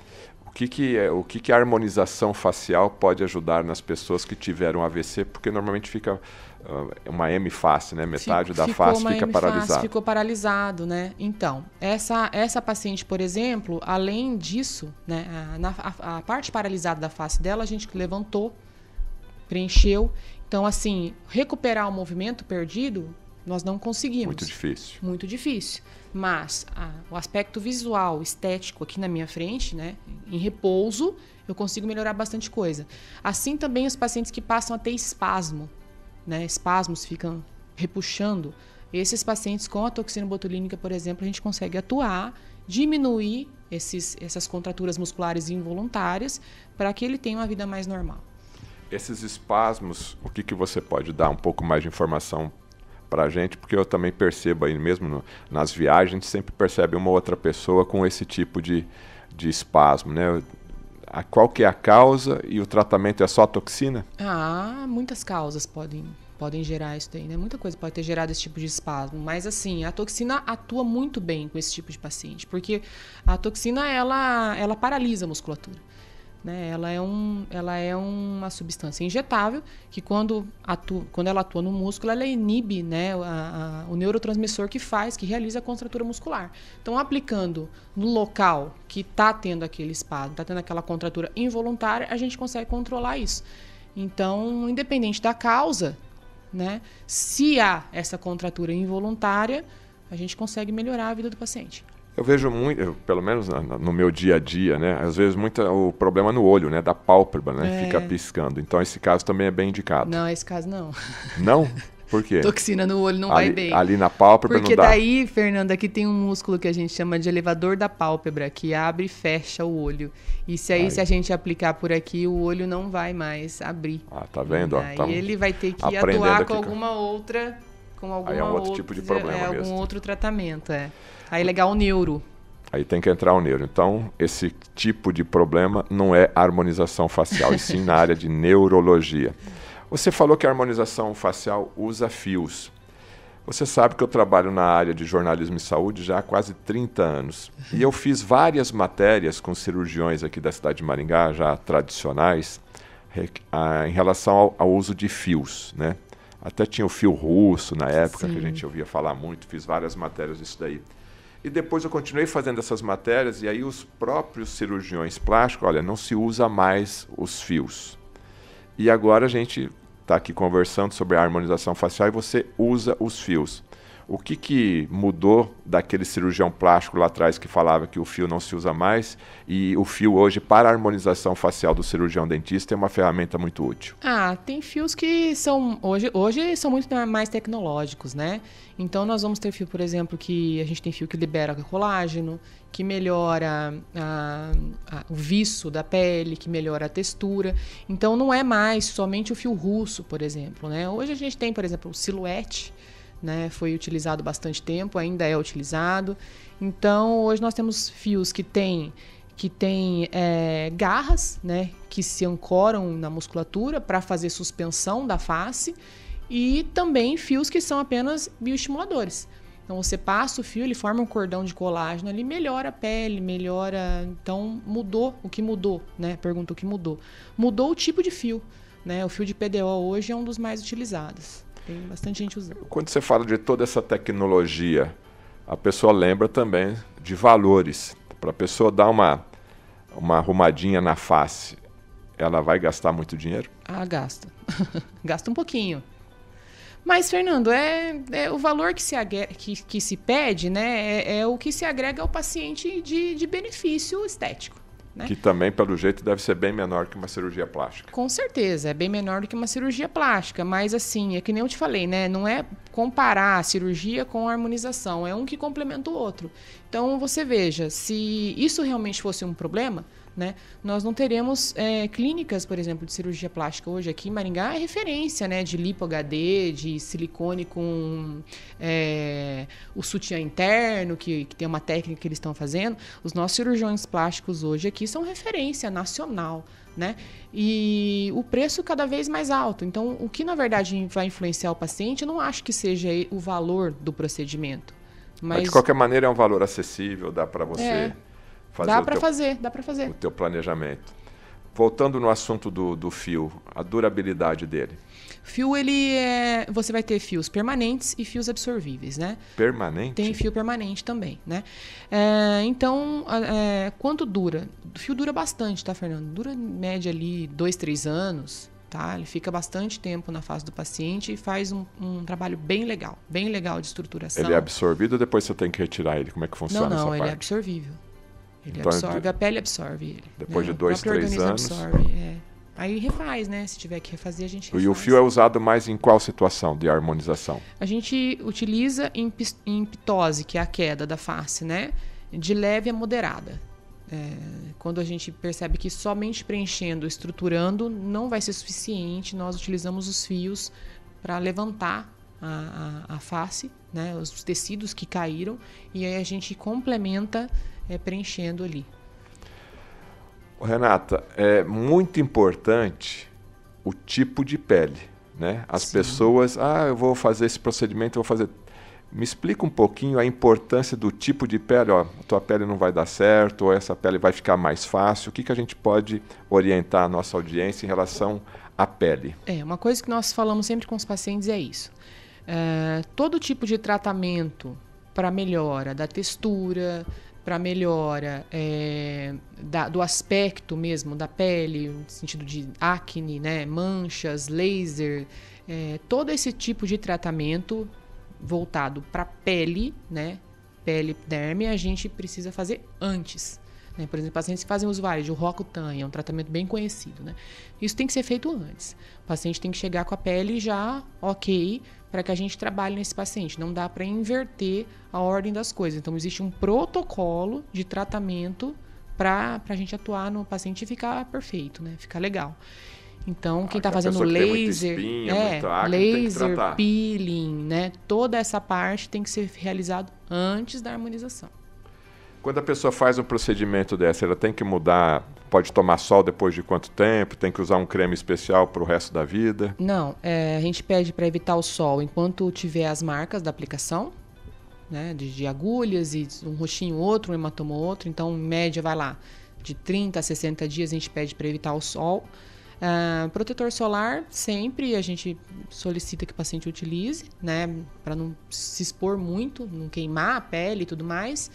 O que que, é, o que que a harmonização facial pode ajudar nas pessoas que tiveram A V C? Porque normalmente fica uh, uma hemiface, né? Metade Fico, da face fica paralisada. Ficou paralisado, né? Então, essa, essa paciente, por exemplo, além disso, né, a, na, a, a parte paralisada da face dela, a gente levantou, preencheu. Então, assim, recuperar o movimento perdido, nós não conseguimos. Muito difícil. Muito difícil. Mas a, o aspecto visual, estético aqui na minha frente, né, em repouso, eu consigo melhorar bastante coisa. Assim também os pacientes que passam a ter espasmo, né, espasmos ficam repuxando. Esses pacientes com a toxina botulínica, por exemplo, a gente consegue atuar, diminuir esses, essas contraturas musculares involuntárias para que ele tenha uma vida mais normal. Esses espasmos, o que, que você pode dar um pouco mais de informação para a gente? Porque eu também percebo aí mesmo no, nas viagens, a gente sempre percebe uma outra pessoa com esse tipo de, de espasmo, né? A, qual que é a causa e o tratamento é só a toxina? Ah, muitas causas podem, podem gerar isso daí, né? Muita coisa pode ter gerado esse tipo de espasmo, mas assim, a toxina atua muito bem com esse tipo de paciente, porque a toxina, ela, ela paralisa a musculatura. Né? Ela, é um, ela é uma substância injetável que quando, atua, quando ela atua no músculo, ela inibe, né, a, a, o neurotransmissor que faz, que realiza a contratura muscular. Então, aplicando no local que está tendo aquele espasmo, está tendo aquela contratura involuntária, a gente consegue controlar isso. Então, independente da causa, né, se há essa contratura involuntária, a gente consegue melhorar a vida do paciente. Eu vejo muito, pelo menos no meu dia a dia, né? Às vezes muito o problema no olho, né? Da pálpebra, né? É. Fica piscando. Então esse caso também é bem indicado. Não, esse caso não. Não? Por quê? Toxina no olho não ali, vai bem. Ali na pálpebra Porque não dá. Porque daí, Fernanda, aqui tem um músculo que a gente chama de elevador da pálpebra, que abre e fecha o olho. E se aí, aí. se a gente aplicar por aqui, o olho não vai mais abrir. Ah, tá vendo? Aí tá ele vai ter que atuar com alguma outra... Com alguma aí é um outro outra, tipo de problema é, mesmo. algum outro tratamento, é. Aí é legal o neuro. Aí tem que entrar o neuro. Então, esse tipo de problema não é harmonização facial, e sim na área de neurologia. Você falou que a harmonização facial usa fios. Você sabe que eu trabalho na área de jornalismo e saúde já há quase trinta anos. E eu fiz várias matérias com cirurgiões aqui da cidade de Maringá, já tradicionais, em relação ao, ao uso de fios, né? Até tinha o fio russo na época, sim, que a gente ouvia falar muito, fiz várias matérias disso daí. E depois eu continuei fazendo essas matérias e aí os próprios cirurgiões plásticos, olha, não se usa mais os fios. E agora a gente está aqui conversando sobre a harmonização facial e você usa os fios. O que, que mudou daquele cirurgião plástico lá atrás que falava que o fio não se usa mais e o fio hoje para a harmonização facial do cirurgião dentista é uma ferramenta muito útil? Ah, tem fios que são hoje, hoje são muito mais tecnológicos, né? Então nós vamos ter fio, por exemplo, que a gente tem fio que libera colágeno, que melhora a, a, o viço da pele, que melhora a textura. Então não é mais somente o fio russo, por exemplo, né? Hoje a gente tem, por exemplo, o Silhouette, né, foi utilizado bastante tempo, ainda é utilizado. Então, hoje nós temos fios que têm que tem, é, garras, né, que se ancoram na musculatura para fazer suspensão da face e também fios que são apenas bioestimuladores. Então, você passa o fio, ele forma um cordão de colágeno ali, melhora a pele, melhora... Então, mudou o que mudou, né? Pergunta o que mudou. Mudou o tipo de fio, né? O fio de P D O hoje é um dos mais utilizados. Tem bastante gente usando. Quando você fala de toda essa tecnologia, a pessoa lembra também de valores. Para a pessoa dar uma, uma arrumadinha na face, ela vai gastar muito dinheiro? Ah, gasta. Gasta um pouquinho. Mas, Fernando, é, é o valor que se, agrega, que, que se pede, né, é, é o que se agrega ao paciente de, de benefício estético. Né? Que também, pelo jeito, deve ser bem menor que uma cirurgia plástica. Com certeza, é bem menor do que uma cirurgia plástica, mas assim, é que nem eu te falei, né? Não é comparar a cirurgia com a harmonização, é um que complementa o outro. Então, você veja, se isso realmente fosse um problema, né, nós não teríamos é, clínicas, por exemplo, de cirurgia plástica hoje aqui em Maringá, é referência, né, de lipo H D, de silicone com é, o sutiã interno, que, que tem uma técnica que eles estão fazendo. Os nossos cirurgiões plásticos hoje aqui são referência nacional, né? E o preço cada vez mais alto. Então, o que na verdade vai influenciar o paciente, eu não acho que seja o valor do procedimento. Mas, mas de qualquer maneira é um valor acessível, dá para você... É. fazer dá o para teu, fazer, dá para fazer. o teu planejamento. Voltando no assunto do, do fio, a durabilidade dele. Fio, ele é... Você vai ter fios permanentes e fios absorvíveis, né? Permanente? Tem fio permanente também, né? É, então, é, quanto dura? O fio dura bastante, tá, Fernando? Dura em média ali dois, três anos, tá? Ele fica bastante tempo na face do paciente e faz um, um trabalho bem legal, bem legal de estruturação. Ele é absorvido ou depois você tem que retirar ele? Como é que funciona não, essa não, ele parte? é absorvível. Ele então, absorve, a pele absorve ele. Depois né? de dois, três anos. Absorve, é. Aí refaz, né? Se tiver que refazer, a gente refaz. E o fio é usado mais em qual situação de harmonização? A gente utiliza em, em pitose, que é a queda da face, né? De leve a moderada. É, quando a gente percebe que somente preenchendo, estruturando, não vai ser suficiente, nós utilizamos os fios para levantar a, a, a face, né? Os tecidos que caíram, e aí a gente complementa é, preenchendo ali. Renata, é muito importante o tipo de pele, né? As Sim. pessoas, ah, eu vou fazer esse procedimento, eu vou fazer... Me explica um pouquinho a importância do tipo de pele, ó, a tua pele não vai dar certo, ou essa pele vai ficar mais fácil. O que, que a gente pode orientar a nossa audiência em relação à pele? É, uma coisa que nós falamos sempre com os pacientes é isso. É, todo tipo de tratamento para melhora da textura, para melhora é, da, do aspecto mesmo da pele, no sentido de acne, né, manchas, laser, é, todo esse tipo de tratamento voltado para pele, né, pele epiderme, a gente precisa fazer antes. Né? Por exemplo, pacientes que fazem usuário de Roacutan, é um tratamento bem conhecido. Né? Isso tem que ser feito antes. O paciente tem que chegar com a pele já ok, para que a gente trabalhe nesse paciente. Não dá para inverter a ordem das coisas. Então, existe um protocolo de tratamento para a gente atuar no paciente e ficar perfeito, né? Ficar legal. Então, quem está ah, fazendo laser, espinha, é, acne, laser, peeling, né? Toda essa parte tem que ser realizado antes da harmonização. Quando a pessoa faz um procedimento dessa, ela tem que mudar, pode tomar sol depois de quanto tempo? Tem que usar um creme especial para o resto da vida? Não, é, a gente pede para evitar o sol enquanto tiver as marcas da aplicação, né, de, de agulhas, e um roxinho outro, um hematoma outro. Então, em média, vai lá, de trinta a sessenta dias a gente pede para evitar o sol. Uh, protetor solar, sempre a gente solicita que o paciente utilize, né, para não se expor muito, não queimar a pele e tudo mais.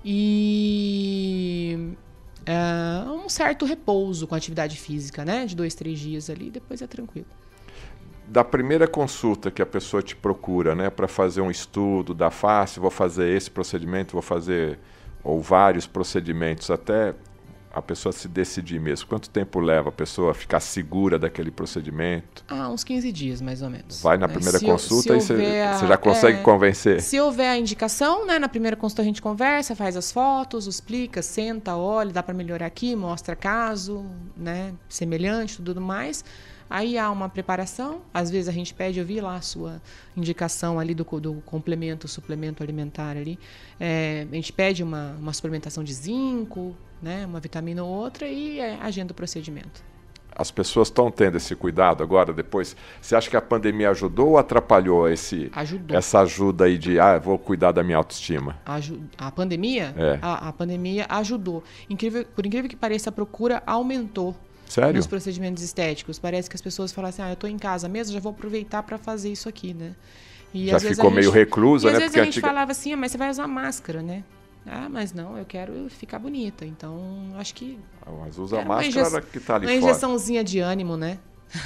E uh, um certo repouso com atividade física, né? De dois, três dias ali, depois é tranquilo. Da primeira consulta que a pessoa te procura, né, para fazer um estudo da face, vou fazer esse procedimento, vou fazer ou vários procedimentos, até a pessoa se decidir mesmo. Quanto tempo leva a pessoa a ficar segura daquele procedimento? Ah, uns quinze dias, mais ou menos. Vai na né? primeira se, consulta se e você a, já consegue é, convencer? Se houver a indicação, né, na primeira consulta a gente conversa, faz as fotos, explica, senta, olha, dá para melhorar aqui, mostra caso, né, semelhante, tudo mais. Aí há uma preparação, às vezes a gente pede, eu vi lá a sua indicação ali do, do complemento, suplemento alimentar ali, é, a gente pede uma, uma suplementação de zinco, né, uma vitamina ou outra e é, agenda o procedimento. As pessoas estão tendo esse cuidado agora, depois? Você acha que a pandemia ajudou ou atrapalhou esse, ajudou. essa ajuda aí de, ah, vou cuidar da minha autoestima? Aju- a pandemia? É. A, a pandemia ajudou. Incrível, por incrível que pareça, a procura aumentou. Sério? Nos procedimentos estéticos. Parece que as pessoas falam assim, ah, eu estou em casa mesmo, já vou aproveitar para fazer isso aqui, né? E, já às ficou vezes, a meio gente, reclusa, e, né? às vezes Porque a gente antiga... falava assim, ah, mas você vai usar máscara, né? Ah, mas não, eu quero ficar bonita. Então, acho que... Mas usa a máscara inje... que está ali uma fora. Uma injeçãozinha de ânimo, né?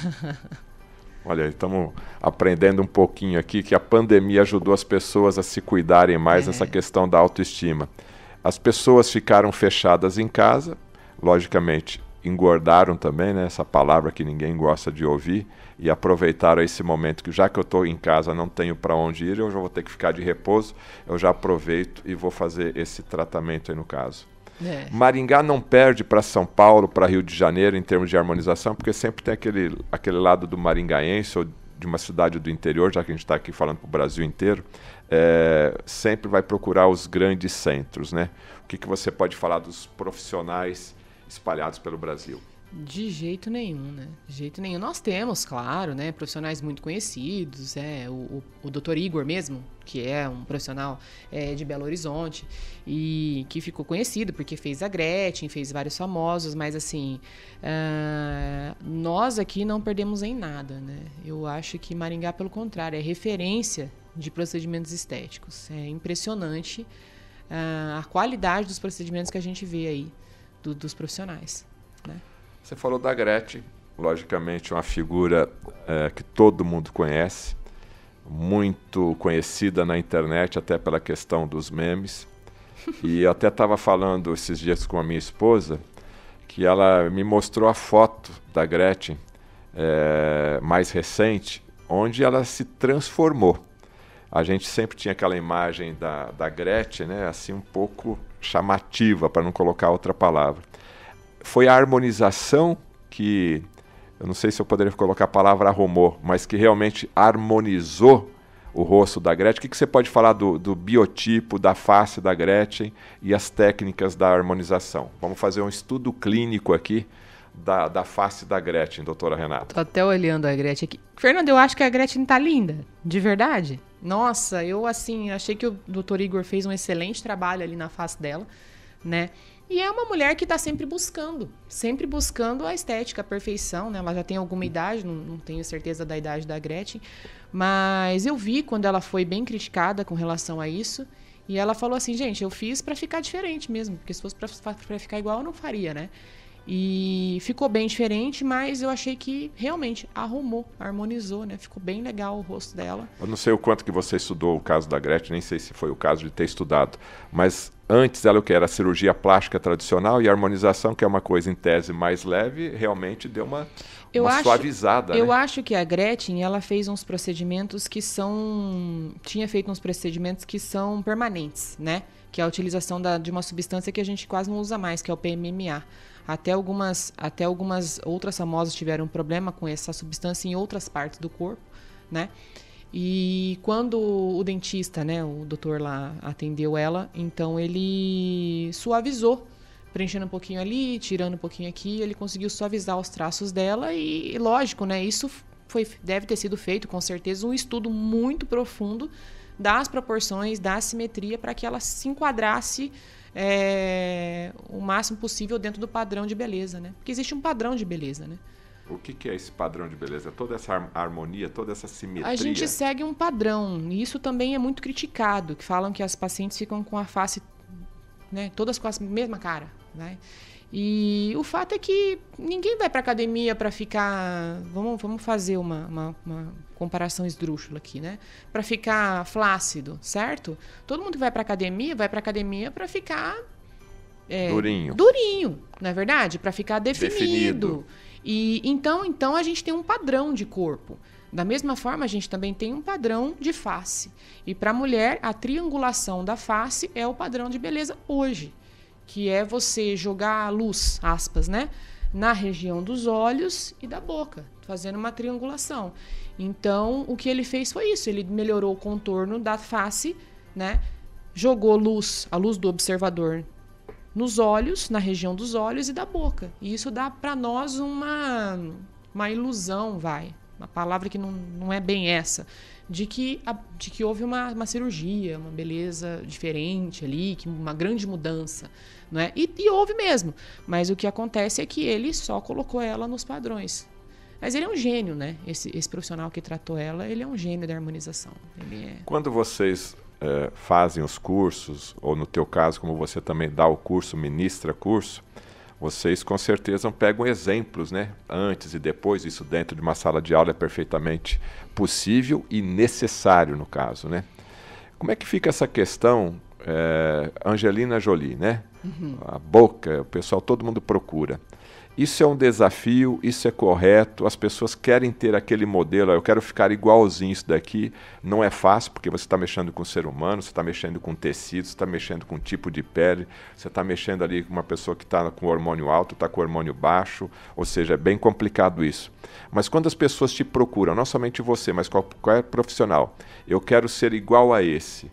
Olha, estamos aprendendo um pouquinho aqui que a pandemia ajudou as pessoas a se cuidarem mais nessa é. questão da autoestima. As pessoas ficaram fechadas em casa, logicamente, engordaram também, né? Essa palavra que ninguém gosta de ouvir, e aproveitaram esse momento que já que eu estou em casa, não tenho para onde ir, eu já vou ter que ficar de repouso, eu já aproveito e vou fazer esse tratamento aí no caso. É. Maringá não perde para São Paulo, para Rio de Janeiro em termos de harmonização, porque sempre tem aquele, aquele lado do maringaense ou de uma cidade do interior, já que a gente está aqui falando para o Brasil inteiro, é, sempre vai procurar os grandes centros, né? O que, que você pode falar dos profissionais espalhados pelo Brasil? De jeito nenhum, né? De jeito nenhum. Nós temos, claro, né, profissionais muito conhecidos, é, o, o, o doutor Igor mesmo, que é um profissional é, de Belo Horizonte, e que ficou conhecido porque fez a Gretchen, fez vários famosos, mas assim, uh, nós aqui não perdemos em nada, né? Eu acho que Maringá, pelo contrário, é referência de procedimentos estéticos. É impressionante uh, a qualidade dos procedimentos que a gente vê aí, do, dos profissionais, né? Você falou da Gretchen, logicamente uma figura é, que todo mundo conhece, muito conhecida na internet, até pela questão dos memes. E eu até estava falando esses dias com a minha esposa, que ela me mostrou a foto da Gretchen, é, mais recente, onde ela se transformou. A gente sempre tinha aquela imagem da, da Gretchen, né, assim um pouco chamativa, para não colocar outra palavra. Foi a harmonização que, eu não sei se eu poderia colocar a palavra arrumou, mas que realmente harmonizou o rosto da Gretchen. O que, que você pode falar do, do biotipo, da face da Gretchen e as técnicas da harmonização? Vamos fazer um estudo clínico aqui da, da face da Gretchen, doutora Renata. Tô até olhando a Gretchen aqui. Fernando, eu acho que a Gretchen tá linda, de verdade. Nossa, eu assim, achei que o doutor Igor fez um excelente trabalho ali na face dela, né? E é uma mulher que está sempre buscando, sempre buscando a estética, a perfeição, né? Ela já tem alguma idade, não, não tenho certeza da idade da Gretchen, mas eu vi quando ela foi bem criticada com relação a isso, e ela falou assim, gente, eu fiz para ficar diferente mesmo, porque se fosse para ficar igual eu não faria, né? E ficou bem diferente, mas eu achei que realmente arrumou, harmonizou, né? Ficou bem legal o rosto dela. Eu não sei o quanto que você estudou o caso da Gretchen, nem sei se foi o caso de ter estudado, mas antes ela o que era a cirurgia plástica tradicional e a harmonização, que é uma coisa em tese mais leve, realmente deu uma, eu uma acho, suavizada. Eu né? acho que a Gretchen, ela fez uns procedimentos que são... Tinha feito uns procedimentos que são permanentes, né? Que é a utilização da, de uma substância que a gente quase não usa mais, que é o P M M A. Até algumas, até algumas outras famosas tiveram um problema com essa substância em outras partes do corpo, né? E quando o dentista, né, o doutor lá atendeu ela, então ele suavizou, preenchendo um pouquinho ali, tirando um pouquinho aqui, ele conseguiu suavizar os traços dela e, lógico, né, isso foi, deve ter sido feito, com certeza, um estudo muito profundo das proporções, da simetria, para que ela se enquadrasse é, o máximo possível dentro do padrão de beleza, né? Porque existe um padrão de beleza, né? O que, que é esse padrão de beleza? Toda essa harmonia, toda essa simetria? A gente segue um padrão, e isso também é muito criticado, que falam que as pacientes ficam com a face, né, todas com a mesma cara, né? E o fato é que ninguém vai para academia para ficar... Vamos, vamos fazer uma, uma, uma comparação esdrúxula aqui, né? Para ficar flácido, certo? Todo mundo que vai para academia, vai para academia para ficar... É, durinho. Durinho, não é verdade? Para ficar definido. definido. E então, então a gente tem um padrão de corpo. Da mesma forma, a gente também tem um padrão de face. E para a mulher, a triangulação da face é o padrão de beleza hoje, que é você jogar a luz, aspas, né, na região dos olhos e da boca, fazendo uma triangulação. Então, o que ele fez foi isso, ele melhorou o contorno da face, né, jogou luz, a luz do observador nos olhos, na região dos olhos e da boca. E isso dá para nós uma, uma ilusão, vai, uma palavra que não, não é bem essa, de que, a, de que houve uma, uma cirurgia, uma beleza diferente ali, que uma grande mudança, não é? E, e houve mesmo, mas o que acontece é que ele só colocou ela nos padrões. Mas ele é um gênio, né? Esse, esse profissional que tratou ela, ele é um gênio da harmonização. Ele é... Quando vocês é, fazem os cursos, ou no teu caso, como você também dá o curso, ministra curso, vocês com certeza pegam exemplos, né? Antes e depois, isso dentro de uma sala de aula é perfeitamente possível e necessário no caso, né? Como é que fica essa questão, é, Angelina Jolie, né? Uhum. A boca, o pessoal, todo mundo procura. Isso é um desafio, isso é correto, as pessoas querem ter aquele modelo, eu quero ficar igualzinho isso daqui, não é fácil, porque você está mexendo com o ser humano, você está mexendo com tecido, você está mexendo com tipo de pele, você está mexendo ali com uma pessoa que está com hormônio alto, está com hormônio baixo, ou seja, é bem complicado isso. Mas quando as pessoas te procuram, não somente você, mas qualquer profissional, eu quero ser igual a esse,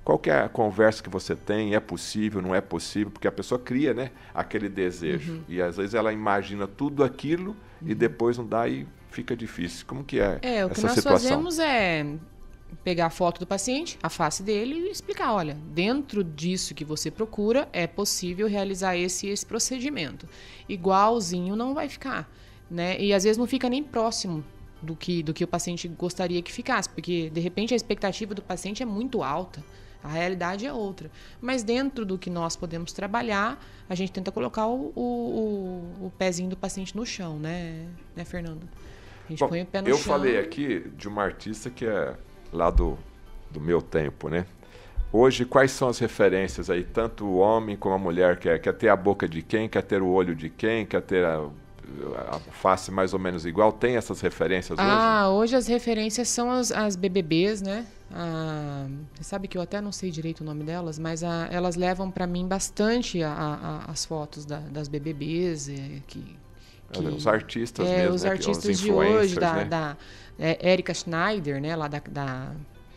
Qual que é a conversa que você tem? É possível, não é possível? Porque a pessoa cria, né, aquele desejo. Uhum. E às vezes ela imagina tudo aquilo uhum. e depois não dá e fica difícil. Como que é, é essa situação? O que nós situação? fazemos é pegar a foto do paciente, a face dele e explicar, olha, dentro disso que você procura, é possível realizar esse esse procedimento. Igualzinho não vai ficar, né? E às vezes não fica nem próximo do que, do que o paciente gostaria que ficasse, porque de repente a expectativa do paciente é muito alta. A realidade é outra. Mas dentro do que nós podemos trabalhar, a gente tenta colocar o, o, o, o pezinho do paciente no chão, né, né Fernando? A gente Bom, põe o pé no eu chão. Eu falei aqui de uma artista que é lá do, do meu tempo, né? Hoje, quais são as referências aí? Tanto o homem como a mulher quer, quer ter a boca de quem, quer ter o olho de quem, quer ter a, a face mais ou menos igual? Tem essas referências hoje? Ah, hoje as referências são as, as B B Bs, né? Ah, você sabe que eu até não sei direito o nome delas, mas a, elas levam para mim bastante a, a, as fotos da, das B B Bs. É, que, que, os artistas é, mesmo, os né? artistas os de hoje, da, né? da é, Erika Schneider, né? Lá da, da,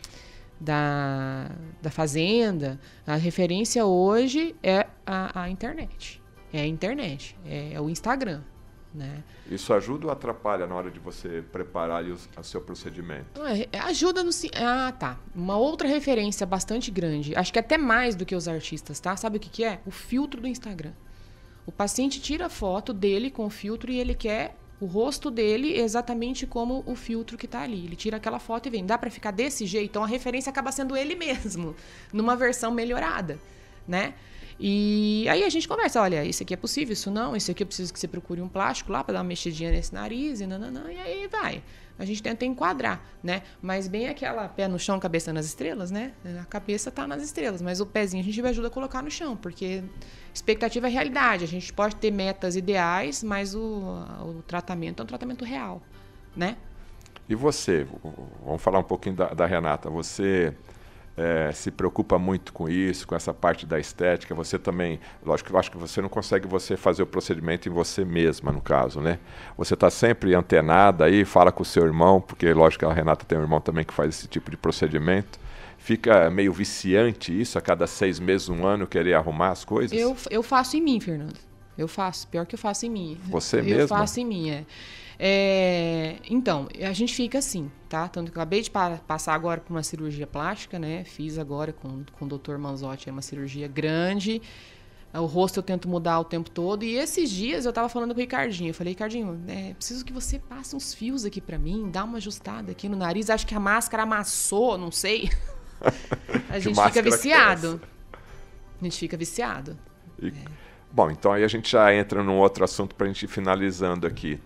da, da Fazenda. A referência hoje é a, a internet. É a internet, é, é o Instagram. Né? Isso ajuda ou atrapalha na hora de você preparar ali o, o seu procedimento? É, ajuda no... Ah, tá. Uma outra referência bastante grande, acho que até mais do que os artistas, tá? Sabe o que, que é? O filtro do Instagram. O paciente tira a foto dele com o filtro e ele quer o rosto dele exatamente como o filtro que está ali. Ele tira aquela foto e vem. Dá para ficar desse jeito? Então a referência acaba sendo ele mesmo, numa versão melhorada, né? E aí a gente conversa, olha, isso aqui é possível, isso não, isso aqui eu preciso que você procure um plástico lá para dar uma mexidinha nesse nariz, e nananã, e aí vai. A gente tenta enquadrar, né? Mas bem aquela pé no chão, cabeça nas estrelas, né? A cabeça tá nas estrelas, mas o pezinho a gente ajuda a colocar no chão, porque expectativa é realidade. A gente pode ter metas ideais, mas o, o tratamento é um tratamento real, né? E você, vamos falar um pouquinho da, da Renata, você... É, se preocupa muito com isso, com essa parte da estética. Você também, lógico que eu acho que você não consegue você fazer o procedimento em você mesma, no caso, né? Você está sempre antenada aí, fala com o seu irmão, porque lógico que a Renata tem um irmão também que faz esse tipo de procedimento. Fica meio viciante isso, a cada seis meses, um ano, querer arrumar as coisas? Eu, eu faço em mim, Fernando. Eu faço, pior que eu faço em mim. Você eu mesma? Eu faço em mim, é. É, então, a gente fica assim, tá? Tanto que eu acabei de pa- passar agora por uma cirurgia plástica, né? Fiz agora com, com o doutor Manzotti, é uma cirurgia grande. O rosto eu tento mudar o tempo todo. E esses dias eu tava falando com o Ricardinho. Eu falei, Ricardinho, é, preciso que você passe uns fios aqui pra mim, dá uma ajustada aqui no nariz. Acho que a máscara amassou, não sei. A gente fica viciado. A gente fica viciado. E, é. Bom, então aí a gente já entra num outro assunto pra gente ir finalizando aqui.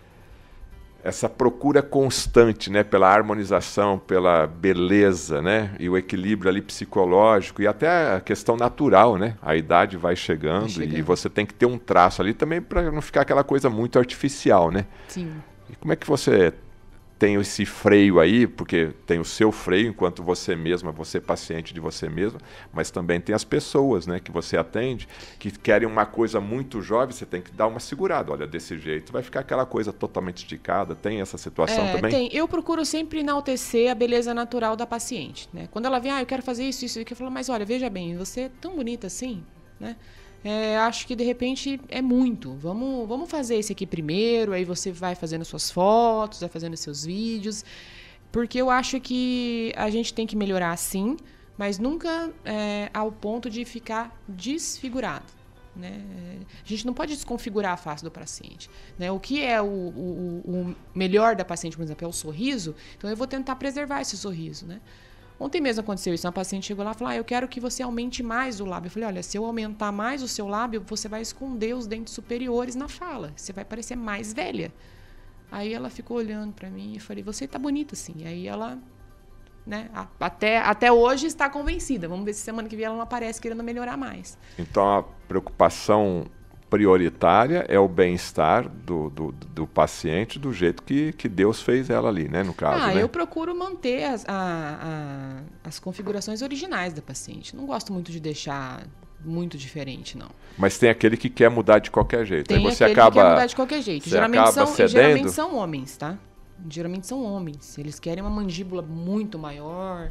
Essa procura constante, né, pela harmonização, pela beleza, né, e o equilíbrio ali psicológico e até a questão natural, né? A idade vai chegando, vai chegando. E você tem que ter um traço ali também para não ficar aquela coisa muito artificial, né? Sim. E como é que você tem esse freio aí, porque tem o seu freio enquanto você mesma, você é paciente de você mesma, mas também tem as pessoas, né, que você atende, que querem uma coisa muito jovem, você tem que dar uma segurada. Olha, desse jeito vai ficar aquela coisa totalmente esticada. Tem essa situação é, também? Tem. Eu procuro sempre enaltecer a beleza natural da paciente, né? Quando ela vem, ah, eu quero fazer isso, isso, isso, eu falo, mas olha, veja bem, você é tão bonita assim, né? É, acho que de repente é muito. Vamos, vamos fazer esse aqui primeiro, aí você vai fazendo suas fotos, vai fazendo seus vídeos, porque eu acho que a gente tem que melhorar sim, mas nunca é, ao ponto de ficar desfigurado, né? A gente não pode desconfigurar a face do paciente, né? O que é o, o, o melhor da paciente, por exemplo, é o sorriso, então eu vou tentar preservar esse sorriso, né? Ontem mesmo aconteceu isso, uma paciente chegou lá e falou, ah, eu quero que você aumente mais o lábio. Eu falei, olha, se eu aumentar mais o seu lábio, você vai esconder os dentes superiores na fala, você vai parecer mais velha. Aí ela ficou olhando para mim e falei, você tá bonita assim. Aí ela, né, até, até hoje está convencida. Vamos ver se semana que vem ela não aparece querendo melhorar mais. Então a preocupação prioritária é o bem-estar do, do, do paciente do jeito que, que Deus fez ela ali, né, no caso. Ah, né? Eu procuro manter as, a, a, as configurações originais da paciente. Não gosto muito de deixar muito diferente, não. Mas tem aquele que quer mudar de qualquer jeito. Tem Aí você aquele acaba, que quer mudar de qualquer jeito. Geralmente são, cedendo. geralmente são homens, tá? Geralmente são homens. Eles querem uma mandíbula muito maior.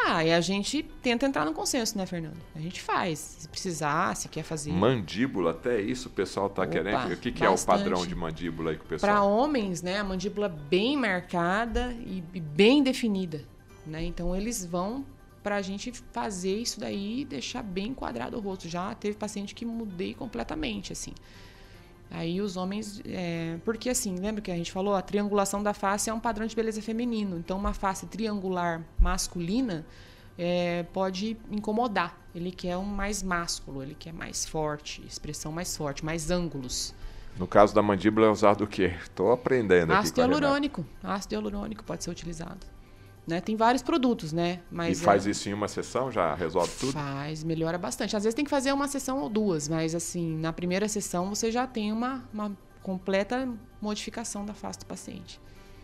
Ah, e a gente tenta entrar no consenso, né, Fernando? A gente faz. Se precisar, se quer fazer. Mandíbula, até isso o pessoal está querendo. O que, que é o padrão de mandíbula aí que o pessoal... Para homens, né, a mandíbula bem marcada e bem definida, né? Então eles vão para a gente fazer isso daí e deixar bem quadrado o rosto. Já teve paciente que mudei completamente, assim. Aí os homens... É... Porque, assim, lembra que a gente falou? A triangulação da face é um padrão de beleza feminino. Então, uma face triangular masculina é, pode incomodar. Ele quer um mais másculo, ele quer mais forte, expressão mais forte, mais ângulos. No caso da mandíbula é usado o quê? Estou aprendendo aqui. Ácido hialurônico. Ácido hialurônico pode ser utilizado. Né? Tem vários produtos, né? Mas, e faz é, isso em uma sessão? Já resolve tudo? Faz, melhora bastante. Às vezes tem que fazer uma sessão ou duas, mas assim, na primeira sessão você já tem uma, uma completa modificação da face do paciente.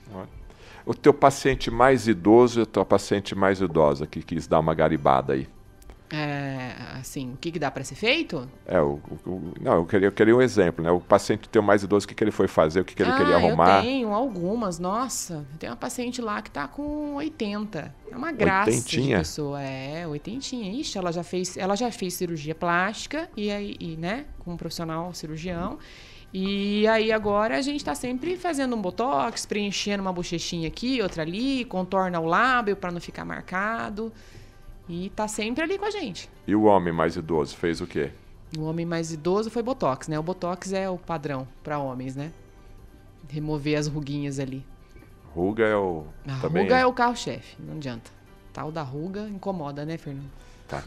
O teu paciente mais idoso e a tua paciente mais idosa que quis dar uma garibada aí? É, assim, o que, que dá para ser feito? É, o, o, não, eu queria, eu queria um exemplo, né? O paciente teu mais idoso, o que, que ele foi fazer, o que, que ele ah, queria arrumar? Eu tenho algumas, nossa. Tem uma paciente lá que tá com oitenta. É uma graça oitentinha? de pessoa. É, oitentinha. Ixi, ela já fez, ela já fez cirurgia plástica, e aí, e, né, com um profissional cirurgião. E aí agora a gente tá sempre fazendo um botox, preenchendo uma bochechinha aqui, outra ali, contorna o lábio para não ficar marcado. E tá sempre ali com a gente. E o homem mais idoso fez o quê? O homem mais idoso foi botox, né? O botox é o padrão para homens, né? Remover as ruguinhas ali. Ruga é o... A também ruga é... é o carro-chefe, não adianta. Tal da ruga incomoda, né, Fernando? Tá.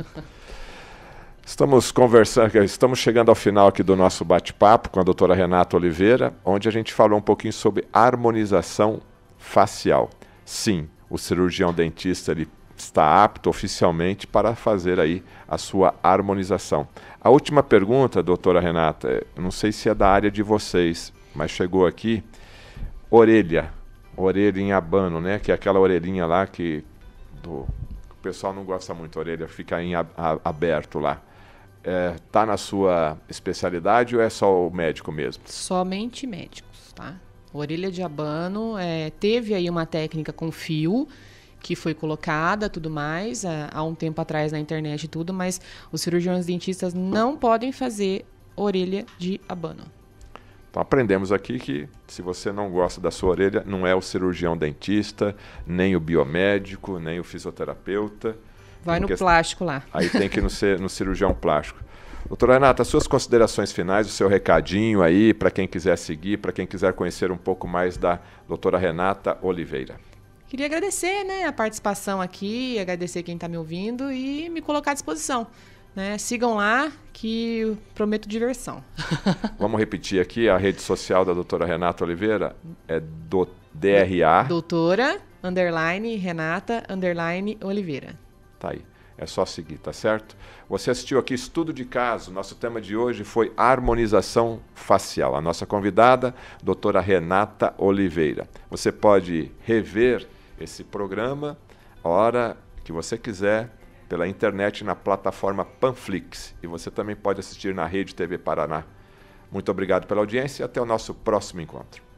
Estamos conversando, estamos chegando ao final aqui do nosso bate-papo com a doutora Renata Oliveira, onde a gente falou um pouquinho sobre harmonização facial. Sim, o cirurgião dentista ele está apto oficialmente para fazer aí a sua harmonização. A última pergunta, doutora Renata, eu não sei se é da área de vocês, mas chegou aqui, orelha, orelha em abano, né? Que é aquela orelhinha lá que do, o pessoal não gosta muito, a orelha fica em a, a, aberto lá. É, tá na sua especialidade ou é só o médico mesmo? Somente médicos, tá? Orelha de abano, é, teve aí uma técnica com fio, que foi colocada, tudo mais, há, há um tempo atrás na internet e tudo, mas os cirurgiões dentistas não podem fazer orelha de abano. Então aprendemos aqui que se você não gosta da sua orelha, não é o cirurgião dentista, nem o biomédico, nem o fisioterapeuta. Vai no que... plástico lá. Aí tem que ir no, no cirurgião plástico. Doutora Renata, as suas considerações finais, o seu recadinho aí para quem quiser seguir, para quem quiser conhecer um pouco mais da doutora Renata Oliveira. Queria agradecer, né, a participação aqui, agradecer quem está me ouvindo e me colocar à disposição. Né? Sigam lá que eu prometo diversão. Vamos repetir aqui a rede social da doutora Renata Oliveira? É do D R A. Doutora, underline, Renata, underline, Oliveira. Tá aí. É só seguir, tá certo? Você assistiu aqui Estudo de Caso. Nosso tema de hoje foi harmonização facial. A nossa convidada, doutora Renata Oliveira. Você pode rever esse programa a hora que você quiser pela internet na plataforma Panflix. E você também pode assistir na Rede T V Paraná. Muito obrigado pela audiência e até o nosso próximo encontro.